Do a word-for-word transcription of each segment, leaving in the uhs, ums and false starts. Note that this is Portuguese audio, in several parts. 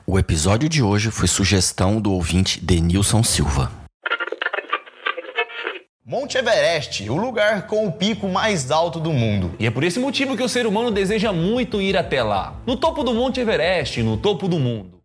O episódio de hoje foi sugestão do ouvinte Denilson Silva. Monte Everest, o lugar com o pico mais alto do mundo. E é por esse motivo que o ser humano deseja muito ir até lá. No topo do Monte Everest, no topo do mundo.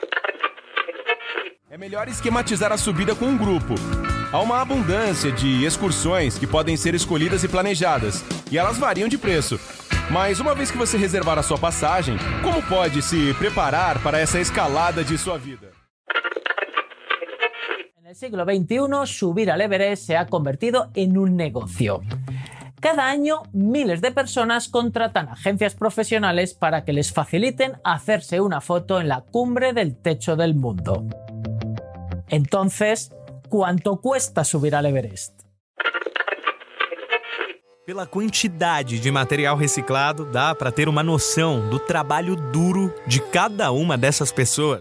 É melhor esquematizar a subida com um grupo. Há uma abundância de excursões que podem ser escolhidas e planejadas, e elas variam de preço. Mas uma vez que você reservar a sua passagem, como pode se preparar para essa escalada de sua vida? En el siglo veintiuno, subir al Everest se ha convertido en un negocio. Cada año, miles de personas contratan agencias profesionales para que les faciliten hacerse una foto en la cumbre del techo del mundo. Entonces, ¿cuánto cuesta subir al Everest? Pela quantidade de material reciclado, dá para ter uma noção do trabalho duro de cada uma dessas pessoas.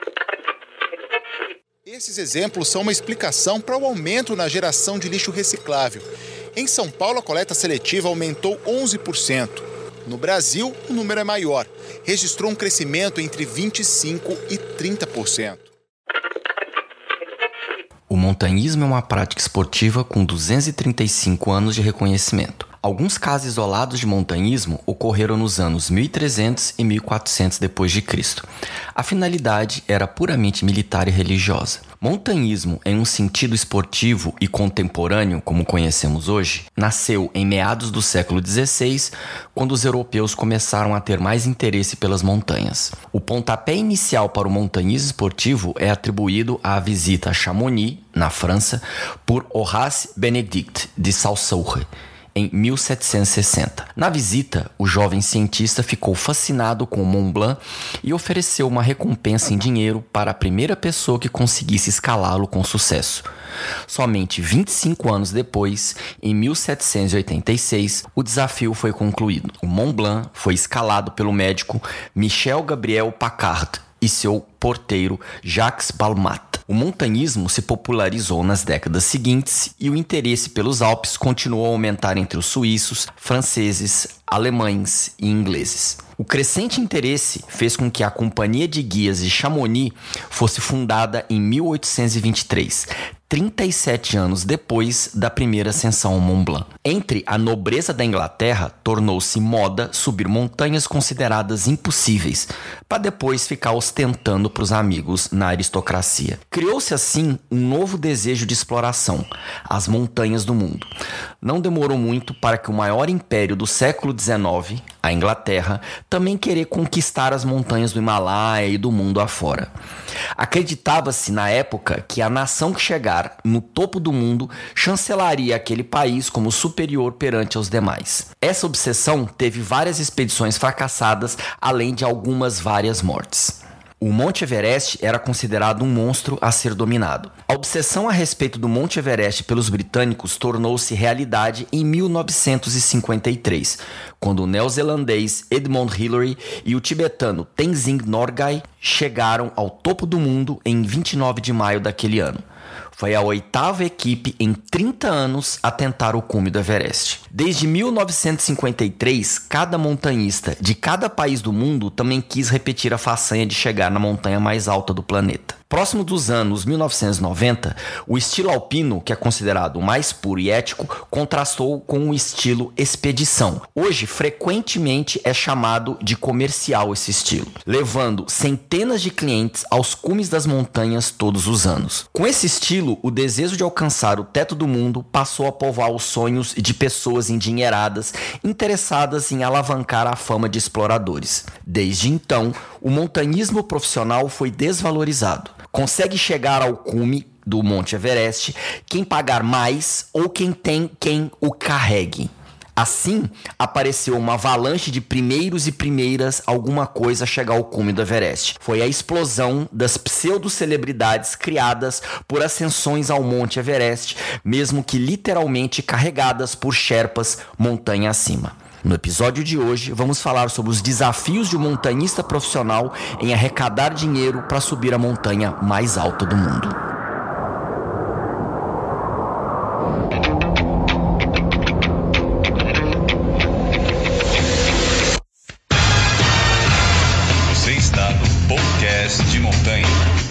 Esses exemplos são uma explicação para o aumento na geração de lixo reciclável. Em São Paulo, a coleta seletiva aumentou onze por cento. No Brasil, o número é maior. Registrou um crescimento entre vinte e cinco por cento e trinta por cento. O montanhismo é uma prática esportiva com duzentos e trinta e cinco anos de reconhecimento. Alguns casos isolados de montanhismo ocorreram nos anos mil e trezentos e mil e quatrocentos depois de Cristo. A finalidade era puramente militar e religiosa. Montanhismo, em um sentido esportivo e contemporâneo, como conhecemos hoje, nasceu em meados do século dezesseis, quando os europeus começaram a ter mais interesse pelas montanhas. O pontapé inicial para o montanhismo esportivo é atribuído à visita a Chamonix, na França, por Horace Benedict de Saussure, em mil setecentos e sessenta. Na visita, o jovem cientista ficou fascinado com o Mont Blanc e ofereceu uma recompensa em dinheiro para a primeira pessoa que conseguisse escalá-lo com sucesso. Somente vinte e cinco anos depois, em mil setecentos e oitenta e seis, o desafio foi concluído. O Mont Blanc foi escalado pelo médico Michel Gabriel Paccard e seu porteiro Jacques Balmat. O montanhismo se popularizou nas décadas seguintes e o interesse pelos Alpes continuou a aumentar entre os suíços, franceses, alemães e ingleses. O crescente interesse fez com que a Companhia de Guias de Chamonix fosse fundada em mil oitocentos e vinte e três, trinta e sete anos depois da primeira ascensão ao Mont Blanc. Entre a nobreza da Inglaterra, tornou-se moda subir montanhas consideradas impossíveis, para depois ficar ostentando para os amigos na aristocracia. Criou-se assim um novo desejo de exploração, as montanhas do mundo. Não demorou muito para que o maior império do século dezenove, a Inglaterra, também querer conquistar as montanhas do Himalaia e do mundo afora. Acreditava-se na época que a nação que chegar no topo do mundo chancelaria aquele país como superior perante aos demais. Essa obsessão teve várias expedições fracassadas, além de algumas várias mortes. O Monte Everest era considerado um monstro a ser dominado. A obsessão a respeito do Monte Everest pelos britânicos tornou-se realidade em mil novecentos e cinquenta e três, quando o neozelandês Edmund Hillary e o tibetano Tenzing Norgay chegaram ao topo do mundo em vinte e nove de maio daquele ano. Foi a oitava equipe em trinta anos a tentar o cume do Everest. Desde mil novecentos e cinquenta e três, cada montanhista de cada país do mundo também quis repetir a façanha de chegar na montanha mais alta do planeta. Próximo dos anos mil novecentos e noventa, o estilo alpino, que é considerado o mais puro e ético, contrastou com o estilo expedição. Hoje, frequentemente é chamado de comercial esse estilo, levando centenas de clientes aos cumes das montanhas todos os anos. Com esse estilo, o desejo de alcançar o teto do mundo passou a povoar os sonhos de pessoas endinheiradas interessadas em alavancar a fama de exploradores. Desde então, o montanhismo profissional foi desvalorizado. Consegue chegar ao cume do Monte Everest quem pagar mais ou quem tem quem o carregue. Assim, apareceu uma avalanche de primeiros e primeiras alguma coisa a chegar ao cume do Everest. Foi a explosão das pseudo-celebridades criadas por ascensões ao Monte Everest, mesmo que literalmente carregadas por sherpas montanha acima. No episódio de hoje, vamos falar sobre os desafios de um montanhista profissional em arrecadar dinheiro para subir a montanha mais alta do mundo. Você está no podcast de montanha.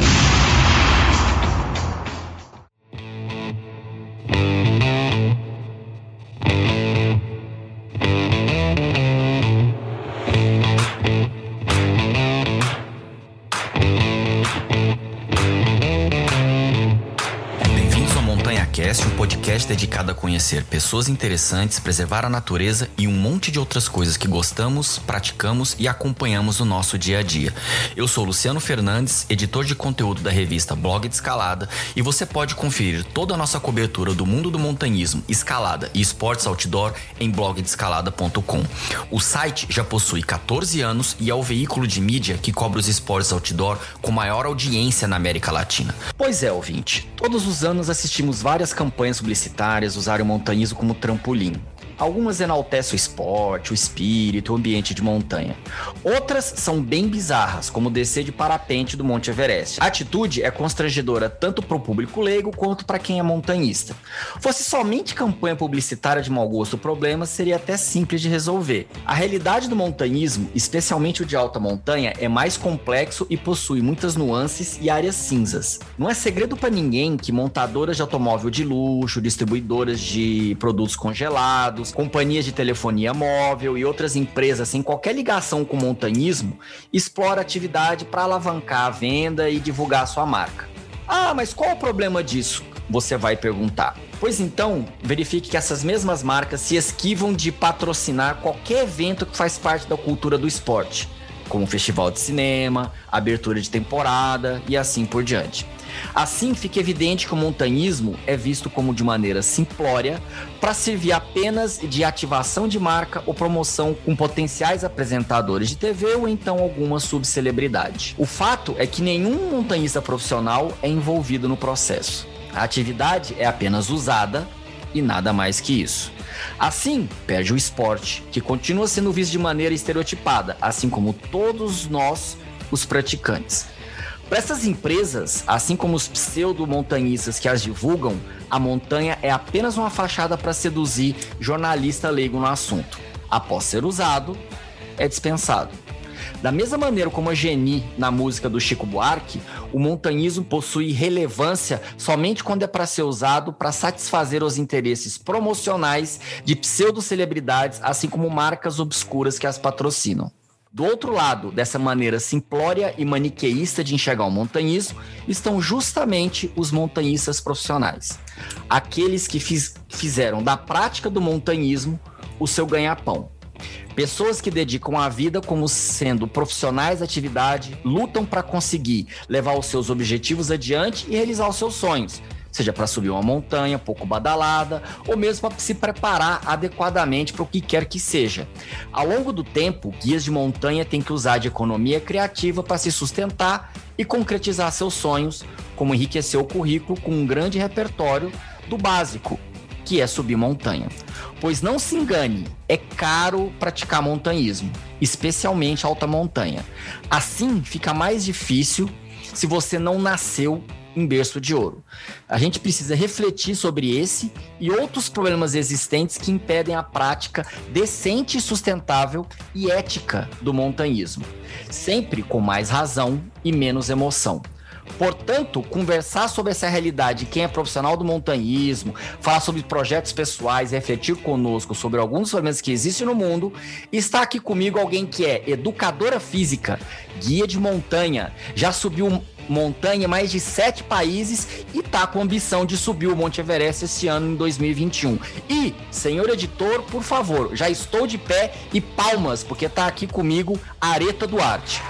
Um podcast dedicado a conhecer pessoas interessantes, preservar a natureza e um monte de outras coisas que gostamos, praticamos e acompanhamos no nosso dia a dia. Eu sou Luciano Fernandes, editor de conteúdo da revista Blog de Escalada, e você pode conferir toda a nossa cobertura do mundo do montanhismo, escalada e esportes outdoor em blog de escalada ponto com. O site já possui catorze anos e é o veículo de mídia que cobre os esportes outdoor com maior audiência na América Latina. Pois é, ouvinte, todos os anos assistimos várias campanhas publicitárias usarem o montanhismo como trampolim. Algumas enaltecem o esporte, o espírito, o ambiente de montanha. Outras são bem bizarras, como descer de parapente do Monte Everest. A atitude é constrangedora tanto para o público leigo quanto para quem é montanhista. Fosse somente campanha publicitária de mau gosto, o problema seria até simples de resolver. A realidade do montanhismo, especialmente o de alta montanha, é mais complexo e possui muitas nuances e áreas cinzas. Não é segredo para ninguém que montadoras de automóvel de luxo, distribuidoras de produtos congelados, companhias de telefonia móvel e outras empresas sem qualquer ligação com o montanhismo exploram a atividade para alavancar a venda e divulgar a sua marca. Ah, mas qual o problema disso? Você vai perguntar. Pois então, verifique que essas mesmas marcas se esquivam de patrocinar qualquer evento que faz parte da cultura do esporte, como festival de cinema, abertura de temporada e assim por diante. Assim, fica evidente que o montanhismo é visto como de maneira simplória para servir apenas de ativação de marca ou promoção com potenciais apresentadores de T V ou então alguma subcelebridade. O fato é que nenhum montanhista profissional é envolvido no processo. A atividade é apenas usada e nada mais que isso. Assim, perde o esporte, que continua sendo visto de maneira estereotipada, assim como todos nós, os praticantes. Para essas empresas, assim como os pseudo-montanhistas que as divulgam, a montanha é apenas uma fachada para seduzir jornalista leigo no assunto. Após ser usado, é dispensado. Da mesma maneira como a Geni na música do Chico Buarque, o montanhismo possui relevância somente quando é para ser usado para satisfazer os interesses promocionais de pseudo-celebridades, assim como marcas obscuras que as patrocinam. Do outro lado, dessa maneira simplória e maniqueísta de enxergar o montanhismo, estão justamente os montanhistas profissionais. Aqueles que fiz, fizeram da prática do montanhismo o seu ganha-pão. Pessoas que dedicam a vida como sendo profissionais da atividade, lutam para conseguir levar os seus objetivos adiante e realizar os seus sonhos, seja para subir uma montanha pouco badalada ou mesmo para se preparar adequadamente para o que quer que seja. Ao longo do tempo, guias de montanha têm que usar de economia criativa para se sustentar e concretizar seus sonhos, como enriquecer o currículo com um grande repertório do básico, que é subir montanha. Pois não se engane, é caro praticar montanhismo, especialmente alta montanha. Assim, fica mais difícil se você não nasceu em berço de ouro. A gente precisa refletir sobre esse e outros problemas existentes que impedem a prática decente e sustentável e ética do montanhismo, sempre com mais razão e menos emoção. Portanto, conversar sobre essa realidade, quem é profissional do montanhismo, falar sobre projetos pessoais, refletir conosco sobre alguns dos problemas que existem no mundo, está aqui comigo alguém que é educadora física, guia de montanha, já subiu montanha em mais de sete países e tá com a ambição de subir o Monte Everest esse ano em dois mil e vinte e um. E, senhor editor, por favor, já estou de pé e palmas, porque tá aqui comigo Areta Duarte.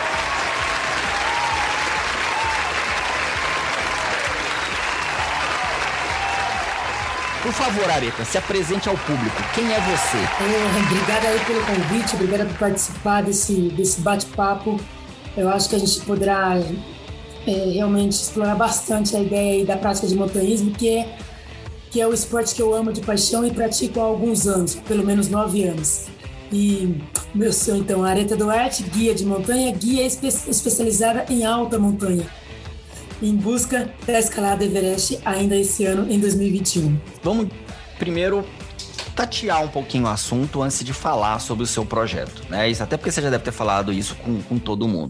Por favor, Areta, se apresente ao público. Quem é você? É, obrigada aí pelo convite, obrigada por participar desse, desse bate-papo. Eu acho que a gente poderá é, realmente explorar bastante a ideia aí da prática de montanhismo, que é, que é o esporte que eu amo de paixão e pratico há alguns anos, pelo menos nove anos. E meu sou, então, Areta Duarte, guia de montanha, guia espe- especializada em alta montanha, em busca da escalada Everest ainda esse ano, em dois mil e vinte e um. Vamos primeiro tatear um pouquinho o assunto antes de falar sobre o seu projeto, né? Isso, até porque você já deve ter falado isso com, com todo mundo.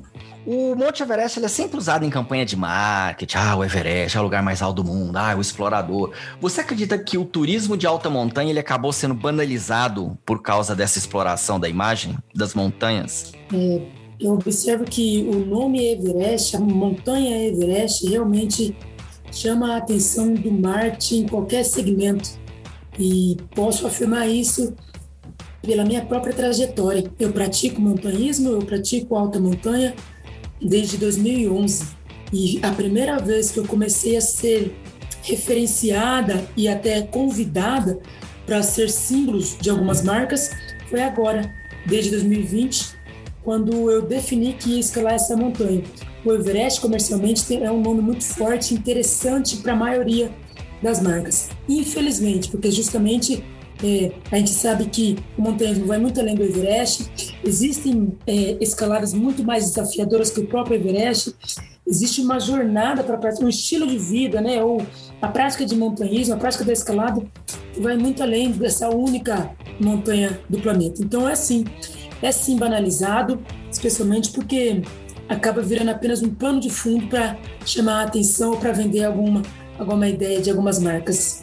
O Monte Everest ele é sempre usado em campanha de marketing. Ah, o Everest é o lugar mais alto do mundo. Ah, o explorador. Você acredita que o turismo de alta montanha ele acabou sendo banalizado por causa dessa exploração da imagem das montanhas? É, eu observo que o nome Everest, a montanha Everest, realmente chama a atenção do marketing em qualquer segmento. E posso afirmar isso pela minha própria trajetória. Eu pratico montanhismo, eu pratico alta montanha desde dois mil e onze. E a primeira vez que eu comecei a ser referenciada e até convidada para ser símbolos de algumas marcas foi agora, desde dois mil e vinte, quando eu defini que ia escalar essa montanha. O Everest, comercialmente, é um nome muito forte e interessante para a maioria das marcas. Infelizmente, porque justamente é, a gente sabe que o montanhismo vai muito além do Everest, existem é, escaladas muito mais desafiadoras que o próprio Everest, existe uma jornada para um estilo de vida, né? Ou a prática de montanhismo, a prática da escalada, que vai muito além dessa única montanha do planeta. Então é assim, é sim banalizado, especialmente porque acaba virando apenas um pano de fundo para chamar a atenção ou para vender alguma, alguma ideia de algumas marcas.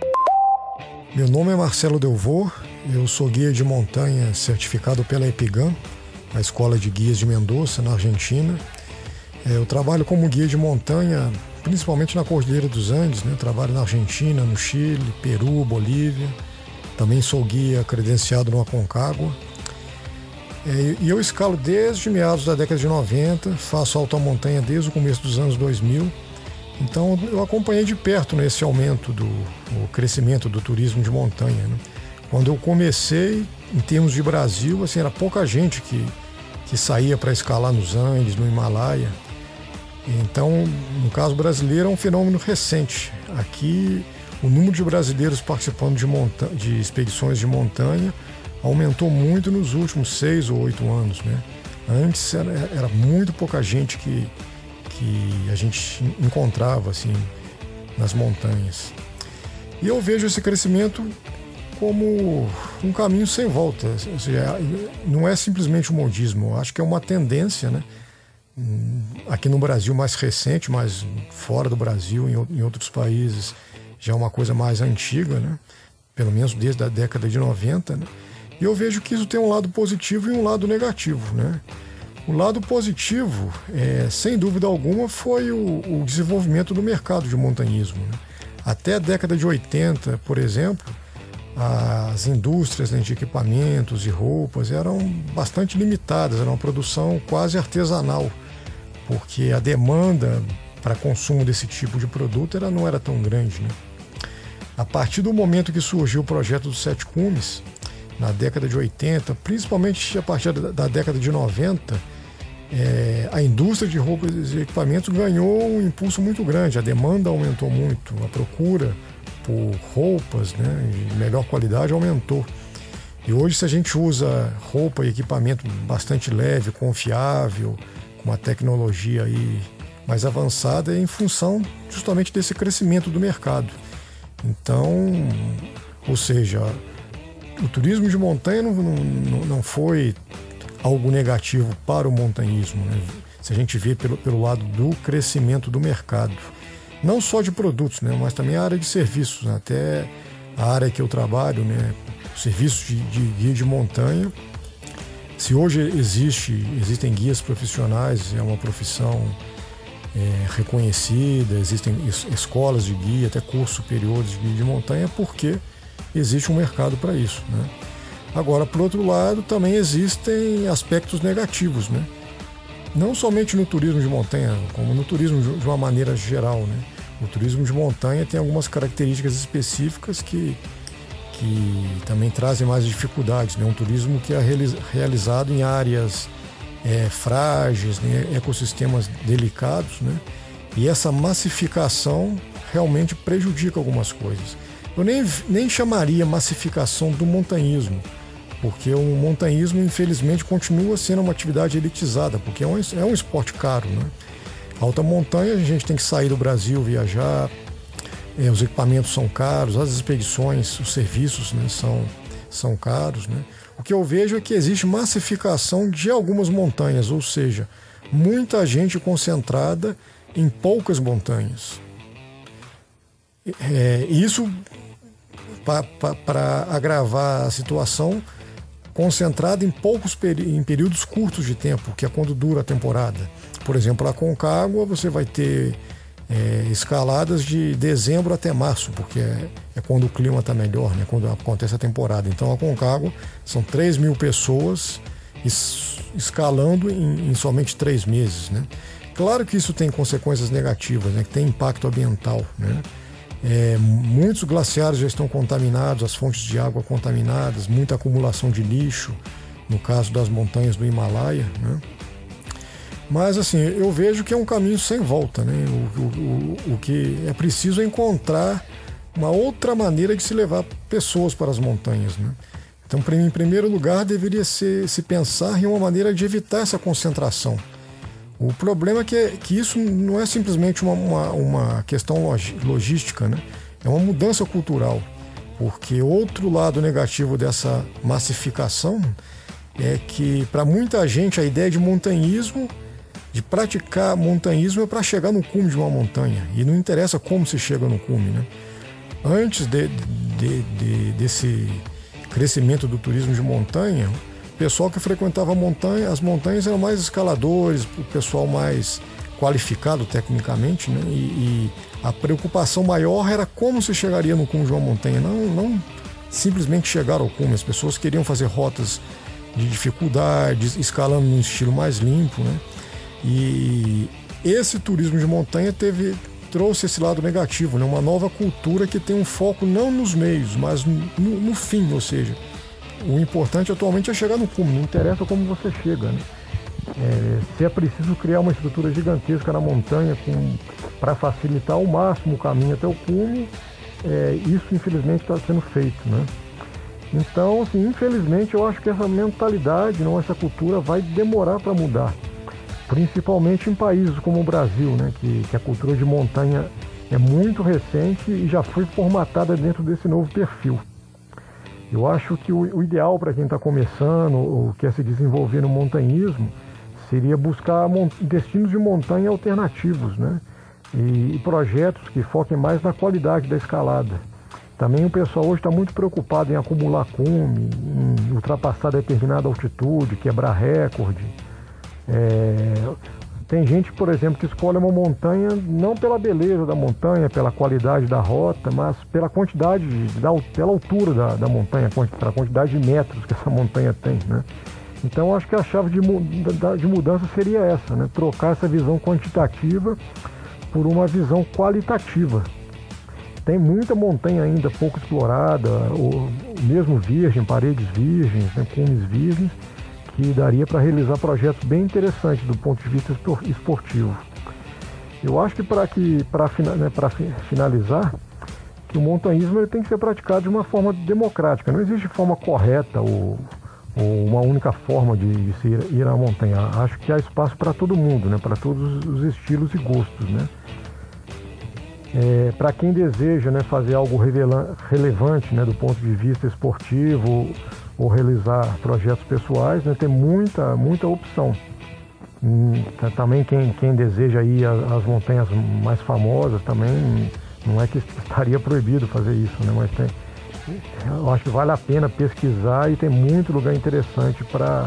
Meu nome é Marcelo Delvaux, eu sou guia de montanha certificado pela EPIGAN, a Escola de Guias de Mendoza, na Argentina. Eu trabalho como guia de montanha, principalmente na Cordilheira dos Andes, né? Trabalho na Argentina, no Chile, Peru, Bolívia. Também sou guia credenciado no Aconcagua. E eu escalo desde meados da década de noventa, faço alta montanha desde o começo dos anos dois mil. Então eu acompanhei de perto, né, esse aumento do o crescimento do turismo de montanha, né? Quando eu comecei, em termos de Brasil, assim, era pouca gente que, que saía para escalar nos Andes, no Himalaia. Então, no caso brasileiro, é um fenômeno recente. Aqui, o número de brasileiros participando de, monta- de expedições de montanha aumentou muito nos últimos seis ou oito anos, né? Antes era, era muito pouca gente que, que a gente encontrava assim, nas montanhas. E eu vejo esse crescimento como um caminho sem volta. Ou seja, não é simplesmente o modismo, eu acho que é uma tendência, né? Aqui no Brasil mais recente, mas fora do Brasil, em outros países, já é uma coisa mais antiga, né? Pelo menos desde a década de noventa, né? E eu vejo que isso tem um lado positivo e um lado negativo, né? O lado positivo, é, sem dúvida alguma, foi o, o desenvolvimento do mercado de montanhismo, né? Até a década de oitenta, por exemplo, as indústrias, né, de equipamentos e roupas eram bastante limitadas, era uma produção quase artesanal, porque a demanda para consumo desse tipo de produto era, não era tão grande, né? A partir do momento que surgiu o projeto dos Sete Cumes, na década de oitenta, principalmente a partir da década de noventa, é, a indústria de roupas e equipamentos ganhou um impulso muito grande, a demanda aumentou muito, a procura por roupas, né, de melhor qualidade aumentou. E hoje, se a gente usa roupa e equipamento bastante leve, confiável, com uma tecnologia aí mais avançada, é em função justamente desse crescimento do mercado. Então, ou seja, o turismo de montanha não, não, não foi algo negativo para o montanhismo, né? Se a gente vê pelo, pelo lado do crescimento do mercado. Não só de produtos, né? Mas também a área de serviços, né? Até a área que eu trabalho, né? Serviços de, de guia de montanha. Se hoje existe, existem guias profissionais, é uma profissão é, reconhecida, existem es, escolas de guia, até cursos superiores de guia de montanha, porque existe um mercado para isso, né? Agora, por outro lado, também existem aspectos negativos, né? Não somente no turismo de montanha, como no turismo de uma maneira geral, né? O turismo de montanha tem algumas características específicas que, que também trazem mais dificuldades, né? Um turismo que é realizado em áreas é, frágeis, né? Ecossistemas delicados, né? E essa massificação realmente prejudica algumas coisas. Eu nem, nem chamaria massificação do montanhismo, porque o montanhismo, infelizmente, continua sendo uma atividade elitizada, porque é um, é um esporte caro, né? Alta montanha, a gente tem que sair do Brasil, viajar, é, os equipamentos são caros, as expedições, os serviços, né, são, são caros, né? O que eu vejo é que existe massificação de algumas montanhas, ou seja, muita gente concentrada em poucas montanhas. É, isso para agravar a situação, concentrada em poucos peri- em períodos curtos de tempo, que é quando dura a temporada. Por exemplo, a Aconcagua você vai ter é, escaladas de dezembro até março, porque é, é quando o clima está melhor, né, quando acontece a temporada. Então a Aconcagua são três mil pessoas es, escalando em, em somente três meses, né? Claro que isso tem consequências negativas, né, que tem impacto ambiental, né? É, muitos glaciares já estão contaminados, as fontes de água contaminadas, muita acumulação de lixo, no caso das montanhas do Himalaia, né? Mas assim, eu vejo que é um caminho sem volta, né? O, o, o que é preciso é encontrar uma outra maneira de se levar pessoas para as montanhas, né? Então, em primeiro lugar, deveria ser, se pensar em uma maneira de evitar essa concentração. O problema é que, é que isso não é simplesmente uma, uma, uma questão logística, né? É uma mudança cultural, porque outro lado negativo dessa massificação é que, para muita gente, a ideia de montanhismo, de praticar montanhismo é para chegar no cume de uma montanha, e não interessa como se chega no cume, né? Antes de, de, de, desse crescimento do turismo de montanha, o pessoal que frequentava a montanha, as montanhas eram mais escaladores, o pessoal mais qualificado tecnicamente, né? E, e a preocupação maior era como se chegaria no cume de uma montanha, não, não simplesmente chegar ao cume. As pessoas queriam fazer rotas de dificuldades, escalando num estilo mais limpo, né? E esse turismo de montanha teve, trouxe esse lado negativo, né? Uma nova cultura que tem um foco não nos meios, mas no, no fim, ou seja, o importante atualmente é chegar no cume, não interessa como você chega, né? É, se é preciso criar uma estrutura gigantesca na montanha para facilitar ao máximo o caminho até o cume, é, isso infelizmente está sendo feito, né? Então, assim, infelizmente eu acho que essa mentalidade, não, essa cultura vai demorar para mudar, principalmente em países como o Brasil, né? Que, que a cultura de montanha é muito recente e já foi formatada dentro desse novo perfil. Eu acho que o, o ideal para quem está começando ou quer se desenvolver no montanhismo seria buscar destinos de montanha alternativos, né? E, e projetos que foquem mais na qualidade da escalada. Também o pessoal hoje está muito preocupado em acumular cume, em ultrapassar determinada altitude, quebrar recorde. É, tem gente, por exemplo, que escolhe uma montanha não pela beleza da montanha, pela qualidade da rota, mas pela quantidade, da, pela altura da, da montanha, pela quantidade de metros que essa montanha tem, né? Então, acho que a chave de, de mudança seria essa, né? Trocar essa visão quantitativa por uma visão qualitativa. Tem muita montanha ainda pouco explorada, ou mesmo virgem, paredes virgens, né, cumes virgens, que daria para realizar projetos bem interessantes do ponto de vista esportivo. Eu acho que para que, para né, finalizar, que o montanhismo ele tem que ser praticado de uma forma democrática. Não existe forma correta ou, ou uma única forma de, de se ir, ir à montanha. Acho que há espaço para todo mundo, né, para todos os estilos e gostos, né? É, para quem deseja, né, fazer algo revela- relevante, né, do ponto de vista esportivo ou realizar projetos pessoais, né, tem muita, muita opção. Hum, também quem, quem deseja ir às montanhas mais famosas também, não é que estaria proibido fazer isso, né, mas tem, eu acho que vale a pena pesquisar e tem muito lugar interessante para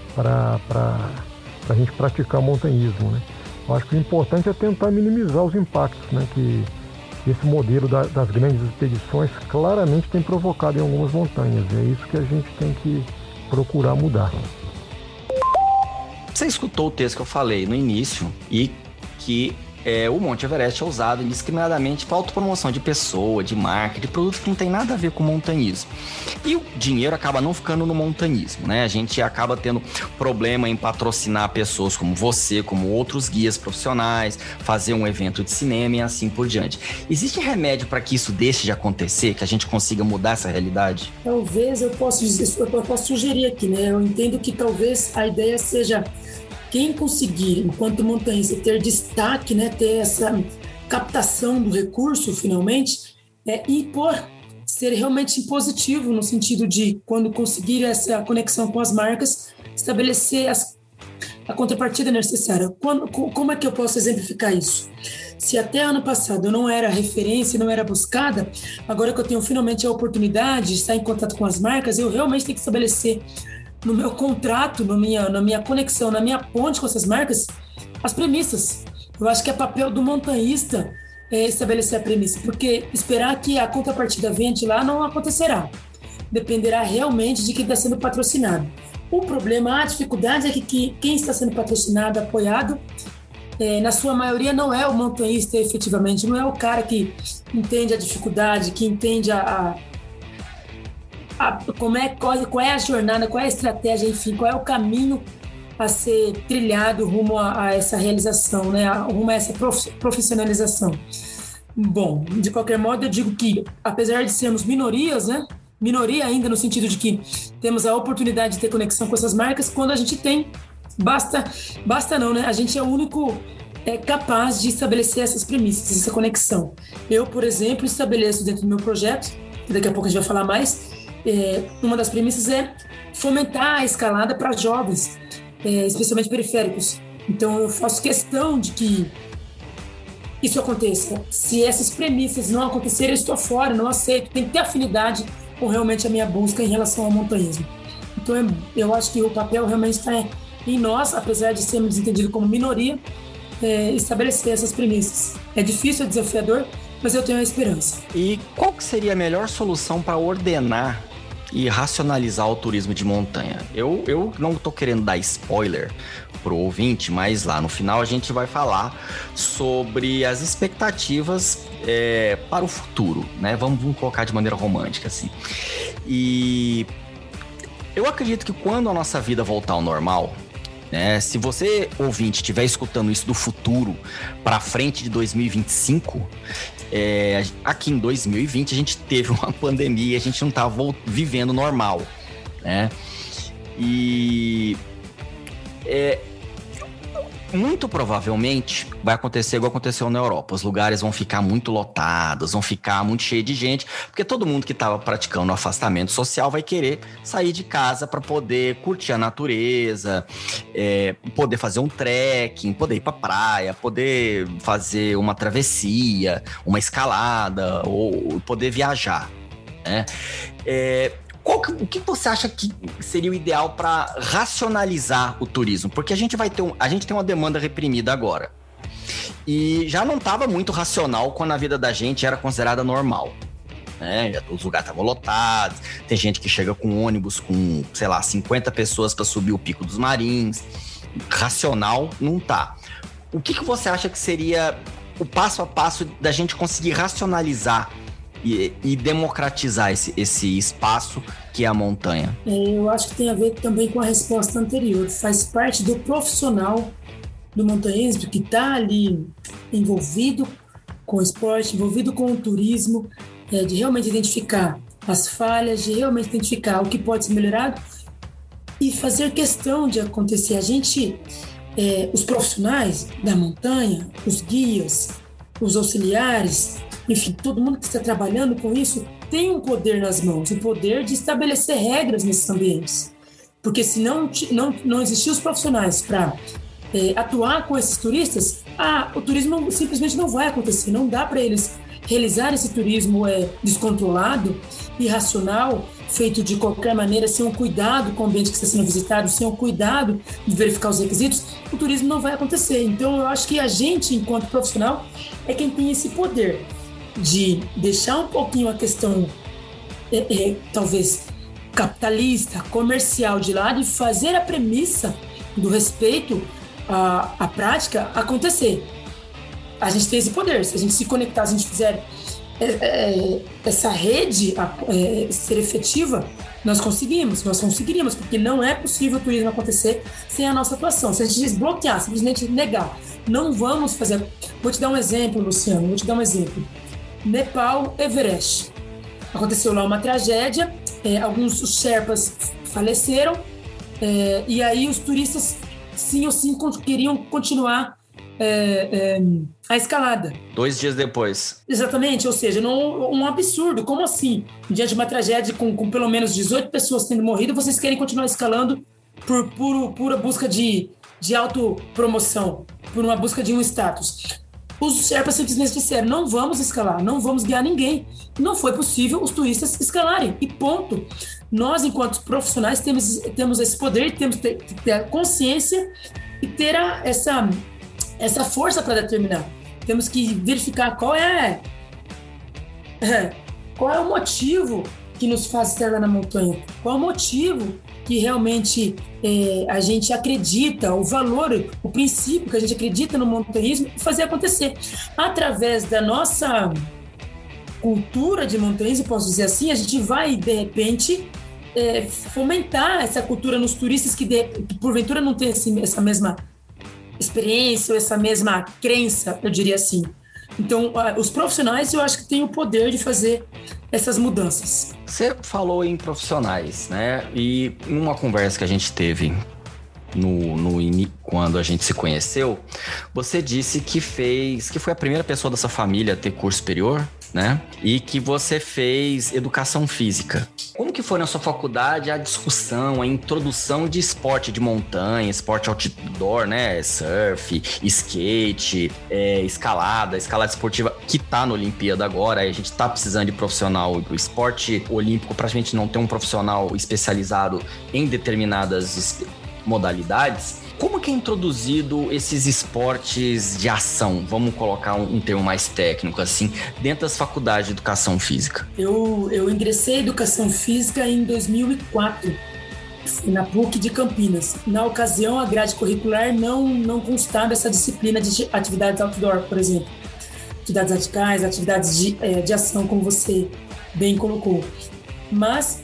a gente praticar montanhismo, né. Eu acho que o importante é tentar minimizar os impactos, né, que esse modelo da, das grandes expedições claramente tem provocado em algumas montanhas. É isso que a gente tem que procurar mudar. Você escutou o texto que eu falei no início e que é, o Monte Everest é usado indiscriminadamente para autopromoção de pessoa, de marca, de produtos que não tem nada a ver com montanhismo. E o dinheiro acaba não ficando no montanhismo, né? A gente acaba tendo problema em patrocinar pessoas como você, como outros guias profissionais, fazer um evento de cinema e assim por diante. Existe remédio para que isso deixe de acontecer, que a gente consiga mudar essa realidade? Talvez eu possa, eu posso sugerir aqui, né? Eu entendo que talvez a ideia seja quem conseguir, enquanto montanhista, ter destaque, né, ter essa captação do recurso, finalmente, é, e por ser realmente positivo, no sentido de, quando conseguir essa conexão com as marcas, estabelecer as, a contrapartida necessária. Quando, como é que eu posso exemplificar isso? Se até ano passado eu não era referência, não era buscada, agora que eu tenho finalmente a oportunidade de estar em contato com as marcas, eu realmente tenho que estabelecer no meu contrato, na minha, na minha conexão, na minha ponte com essas marcas, as premissas. Eu acho que é papel do montanhista é, estabelecer a premissa, porque esperar que a contrapartida venha de lá não acontecerá. Dependerá realmente de quem está sendo patrocinado. O problema, a dificuldade é que, que quem está sendo patrocinado, apoiado, é, na sua maioria não é o montanhista efetivamente, não é o cara que entende a dificuldade, que entende a, a, a, como é, qual, qual é a jornada, qual é a estratégia, enfim, qual é o caminho a ser trilhado rumo a, a essa realização, né, a, rumo a essa prof, profissionalização. Bom, de qualquer modo, eu digo que, apesar de sermos minorias, né, minoria ainda no sentido de que temos a oportunidade de ter conexão com essas marcas, quando a gente tem, basta, basta não, né? A gente é o único é, capaz de estabelecer essas premissas, essa conexão. Eu, por exemplo, estabeleço dentro do meu projeto, daqui a pouco a gente vai falar mais, é, uma das premissas é fomentar a escalada para jovens, é, especialmente periféricos. Então eu faço questão de que isso aconteça. Se essas premissas não acontecerem, eu estou fora, não aceito, tem que ter afinidade com realmente a minha busca em relação ao montanhismo. Então eu acho que o papel realmente está em nós, apesar de sermos entendidos como minoria, é, estabelecer essas premissas. É difícil, é desafiador, mas eu tenho a esperança. E qual que seria a melhor solução para ordenar e racionalizar o turismo de montanha? Eu, eu não estou querendo dar spoiler pro ouvinte, mas lá no final a gente vai falar sobre as expectativas é, para o futuro, né? Vamos, vamos colocar de maneira romântica, assim. E eu acredito que quando a nossa vida voltar ao normal, né? Se você, ouvinte, estiver escutando isso do futuro para frente de dois mil e vinte e cinco, é, aqui em dois mil e vinte a gente teve uma pandemia e a gente não estava vivendo normal, né? E é, muito provavelmente vai acontecer igual aconteceu na Europa. Os lugares vão ficar muito lotados, vão ficar muito cheios de gente, porque todo mundo que estava praticando o afastamento social vai querer sair de casa para poder curtir a natureza, é, poder fazer um trekking, poder ir para praia, poder fazer uma travessia, uma escalada ou poder viajar, né? É, Qual que, o que você acha que seria o ideal para racionalizar o turismo? Porque a gente vai ter um, a gente tem uma demanda reprimida agora. E já não estava muito racional quando a vida da gente era considerada normal, né? Já, os lugares estavam lotados, tem gente que chega com ônibus com, sei lá, cinquenta pessoas para subir o Pico dos Marins. Racional não tá. O que, que você acha que seria o passo a passo da gente conseguir racionalizar E, e democratizar esse, esse espaço que é a montanha? Eu acho que tem a ver também com a resposta anterior. Faz parte do profissional do montanhismo que está ali envolvido com o esporte, envolvido com o turismo, é, de realmente identificar as falhas, de realmente identificar o que pode ser melhorado e fazer questão de acontecer. A gente, é, os profissionais da montanha, os guias, os auxiliares, enfim, todo mundo que está trabalhando com isso tem um poder nas mãos, o poder de estabelecer regras nesses ambientes. Porque se não, não, não existir os profissionais para é, atuar com esses turistas, ah, o turismo simplesmente não vai acontecer. Não dá para eles realizar esse turismo é, descontrolado, irracional, feito de qualquer maneira, sem um cuidado com o ambiente que está sendo visitado, sem um cuidado de verificar os requisitos, o turismo não vai acontecer. Então, eu acho que a gente, enquanto profissional, é quem tem esse poder de deixar um pouquinho a questão, é, é, talvez, capitalista, comercial de lado e fazer a premissa do respeito à, à prática acontecer. A gente tem esse poder. Se a gente se conectar, se a gente fizer é, é, essa rede é, ser efetiva, nós conseguimos, nós conseguiríamos, porque não é possível o turismo acontecer sem a nossa atuação. Se a gente desbloquear, simplesmente negar, não vamos fazer... Vou te dar um exemplo, Luciano, vou te dar um exemplo. Nepal, Everest. Aconteceu lá uma tragédia, é, alguns os Sherpas faleceram, é, e aí os turistas sim ou sim queriam continuar é, é, a escalada. Dois dias depois. Exatamente, ou seja, não, um absurdo. Como assim? Diante de uma tragédia com, com pelo menos dezoito pessoas tendo morrido, vocês querem continuar escalando por puro, pura busca de, de autopromoção, por uma busca de um status. Os Sherpas simplesmente disseram, não vamos escalar, não vamos guiar ninguém. Não foi possível os turistas escalarem, e ponto. Nós, enquanto profissionais, temos, temos esse poder, temos que ter, ter a consciência e ter a, essa, essa força para determinar. Temos que verificar qual é, qual é o motivo que nos faz estar lá na montanha, qual é o motivo que realmente é, a gente acredita, o valor, o princípio que a gente acredita no montanhismo e fazer acontecer. Através da nossa cultura de montanhismo, posso dizer assim, a gente vai, de repente, é, fomentar essa cultura nos turistas que, de, que porventura, não têm esse, essa mesma experiência ou essa mesma crença, eu diria assim. Então, os profissionais, eu acho que têm o poder de fazer essas mudanças. Você falou em profissionais, né? E em uma conversa que a gente teve no, no quando a gente se conheceu, você disse que fez, que foi a primeira pessoa da sua família a ter curso superior, né? E que você fez educação física. Como que foi na sua faculdade a discussão, a introdução de esporte de montanha, esporte outdoor, né? Surf, skate, é, escalada, escalada esportiva, que tá na Olimpíada agora. A gente tá precisando de profissional. O esporte olímpico praticamente não tem um profissional especializado em determinadas modalidades. Como que é introduzido esses esportes de ação, vamos colocar um, um termo mais técnico assim, dentro das faculdades de educação física? Eu, eu ingressei em educação física em dois mil e quatro, na P U C de Campinas. Na ocasião, a grade curricular não, não constava essa disciplina de atividades outdoor, por exemplo. Atividades radicais, atividades de, é, de ação, como você bem colocou. Mas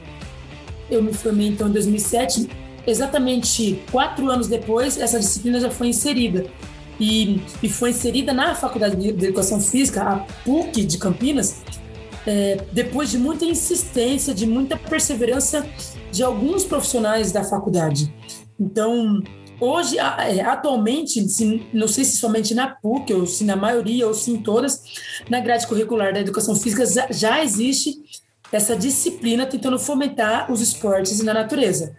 eu me formei então em dois mil e sete. Exatamente quatro anos depois, essa disciplina já foi inserida. E, e foi inserida na Faculdade de Educação Física, a P U C de Campinas, é, depois de muita insistência, de muita perseverança de alguns profissionais da faculdade. Então, hoje, atualmente, não sei se somente na P U C, ou se na maioria, ou se em todas, na grade curricular da Educação Física já existe essa disciplina tentando fomentar os esportes na natureza.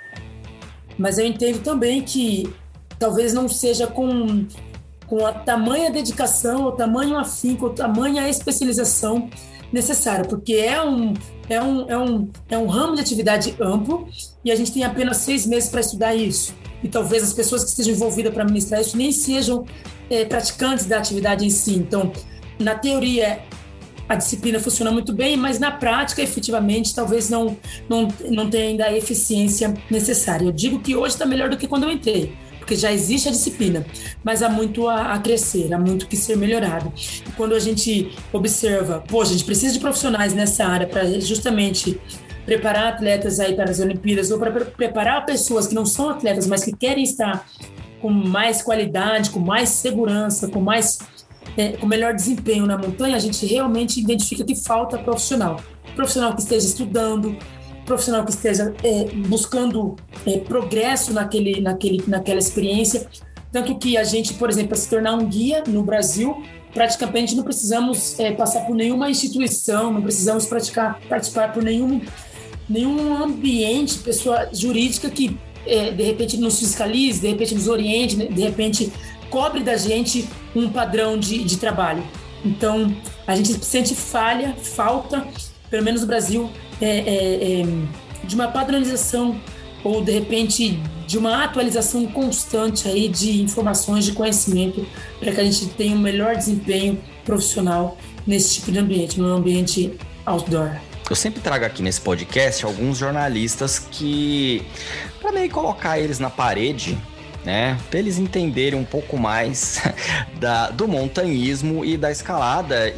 Mas eu entendo também que talvez não seja com, com a tamanha dedicação, o tamanho afinco, a tamanha especialização necessária, porque é um, é, um, é, um, é um ramo de atividade amplo e a gente tem apenas seis meses para estudar isso. E talvez as pessoas que estejam envolvidas para ministrar isso nem sejam é, praticantes da atividade em si. Então, na teoria, a disciplina funciona muito bem, mas na prática, efetivamente, talvez não, não, não tenha ainda a eficiência necessária. Eu digo que hoje está melhor do que quando eu entrei, porque já existe a disciplina, mas há muito a, a crescer, há muito que ser melhorado. E quando a gente observa, pô, a gente precisa de profissionais nessa área para justamente preparar atletas aí para as Olimpíadas ou para pre- preparar pessoas que não são atletas, mas que querem estar com mais qualidade, com mais segurança, com mais... É, com melhor desempenho na montanha, a gente realmente identifica que falta profissional. Profissional que esteja estudando, profissional que esteja é, buscando é, progresso naquele, naquele, naquela experiência. Tanto que a gente, por exemplo, para se tornar um guia no Brasil, praticamente não precisamos é, passar por nenhuma instituição, não precisamos praticar, participar por nenhum, nenhum ambiente, pessoa jurídica que é, de repente nos fiscalize, de repente nos oriente, de repente cobre da gente um padrão de, de trabalho. Então, a gente sente falha, falta, pelo menos no Brasil, é, é, é, de uma padronização ou, de repente, de uma atualização constante aí de informações, de conhecimento, para que a gente tenha um melhor desempenho profissional nesse tipo de ambiente, no ambiente outdoor. Eu sempre trago aqui nesse podcast alguns jornalistas que, para meio colocar eles na parede, né, para eles entenderem um pouco mais da, do montanhismo e da escalada.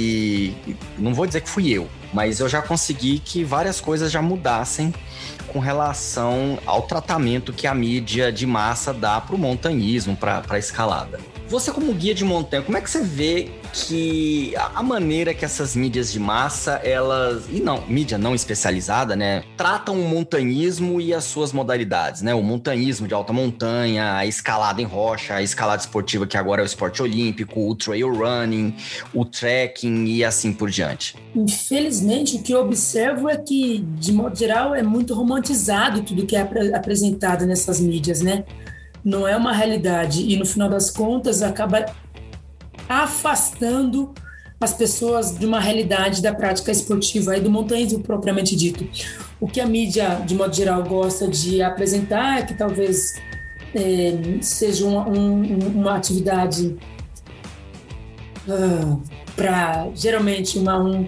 E não vou dizer que fui eu, mas eu já consegui que várias coisas já mudassem com relação ao tratamento que a mídia de massa dá para o montanhismo, para a escalada. Você, como guia de montanha, como é que você vê que a maneira que essas mídias de massa, elas, e não, mídia não especializada, né, tratam o montanhismo e as suas modalidades, né, o montanhismo de alta montanha, a escalada em rocha, a escalada esportiva, que agora é o esporte olímpico, o trail running, o trekking e assim por diante? Infelizmente, o que eu observo é que, de modo geral, é muito romantizado tudo que é ap- apresentado nessas mídias, né? não é uma realidade e, no final das contas, acaba afastando as pessoas de uma realidade da prática esportiva e do montanhismo propriamente dito. O que a mídia, de modo geral, gosta de apresentar é que talvez é, seja uma, um, uma atividade uh, para, geralmente, uma... Um,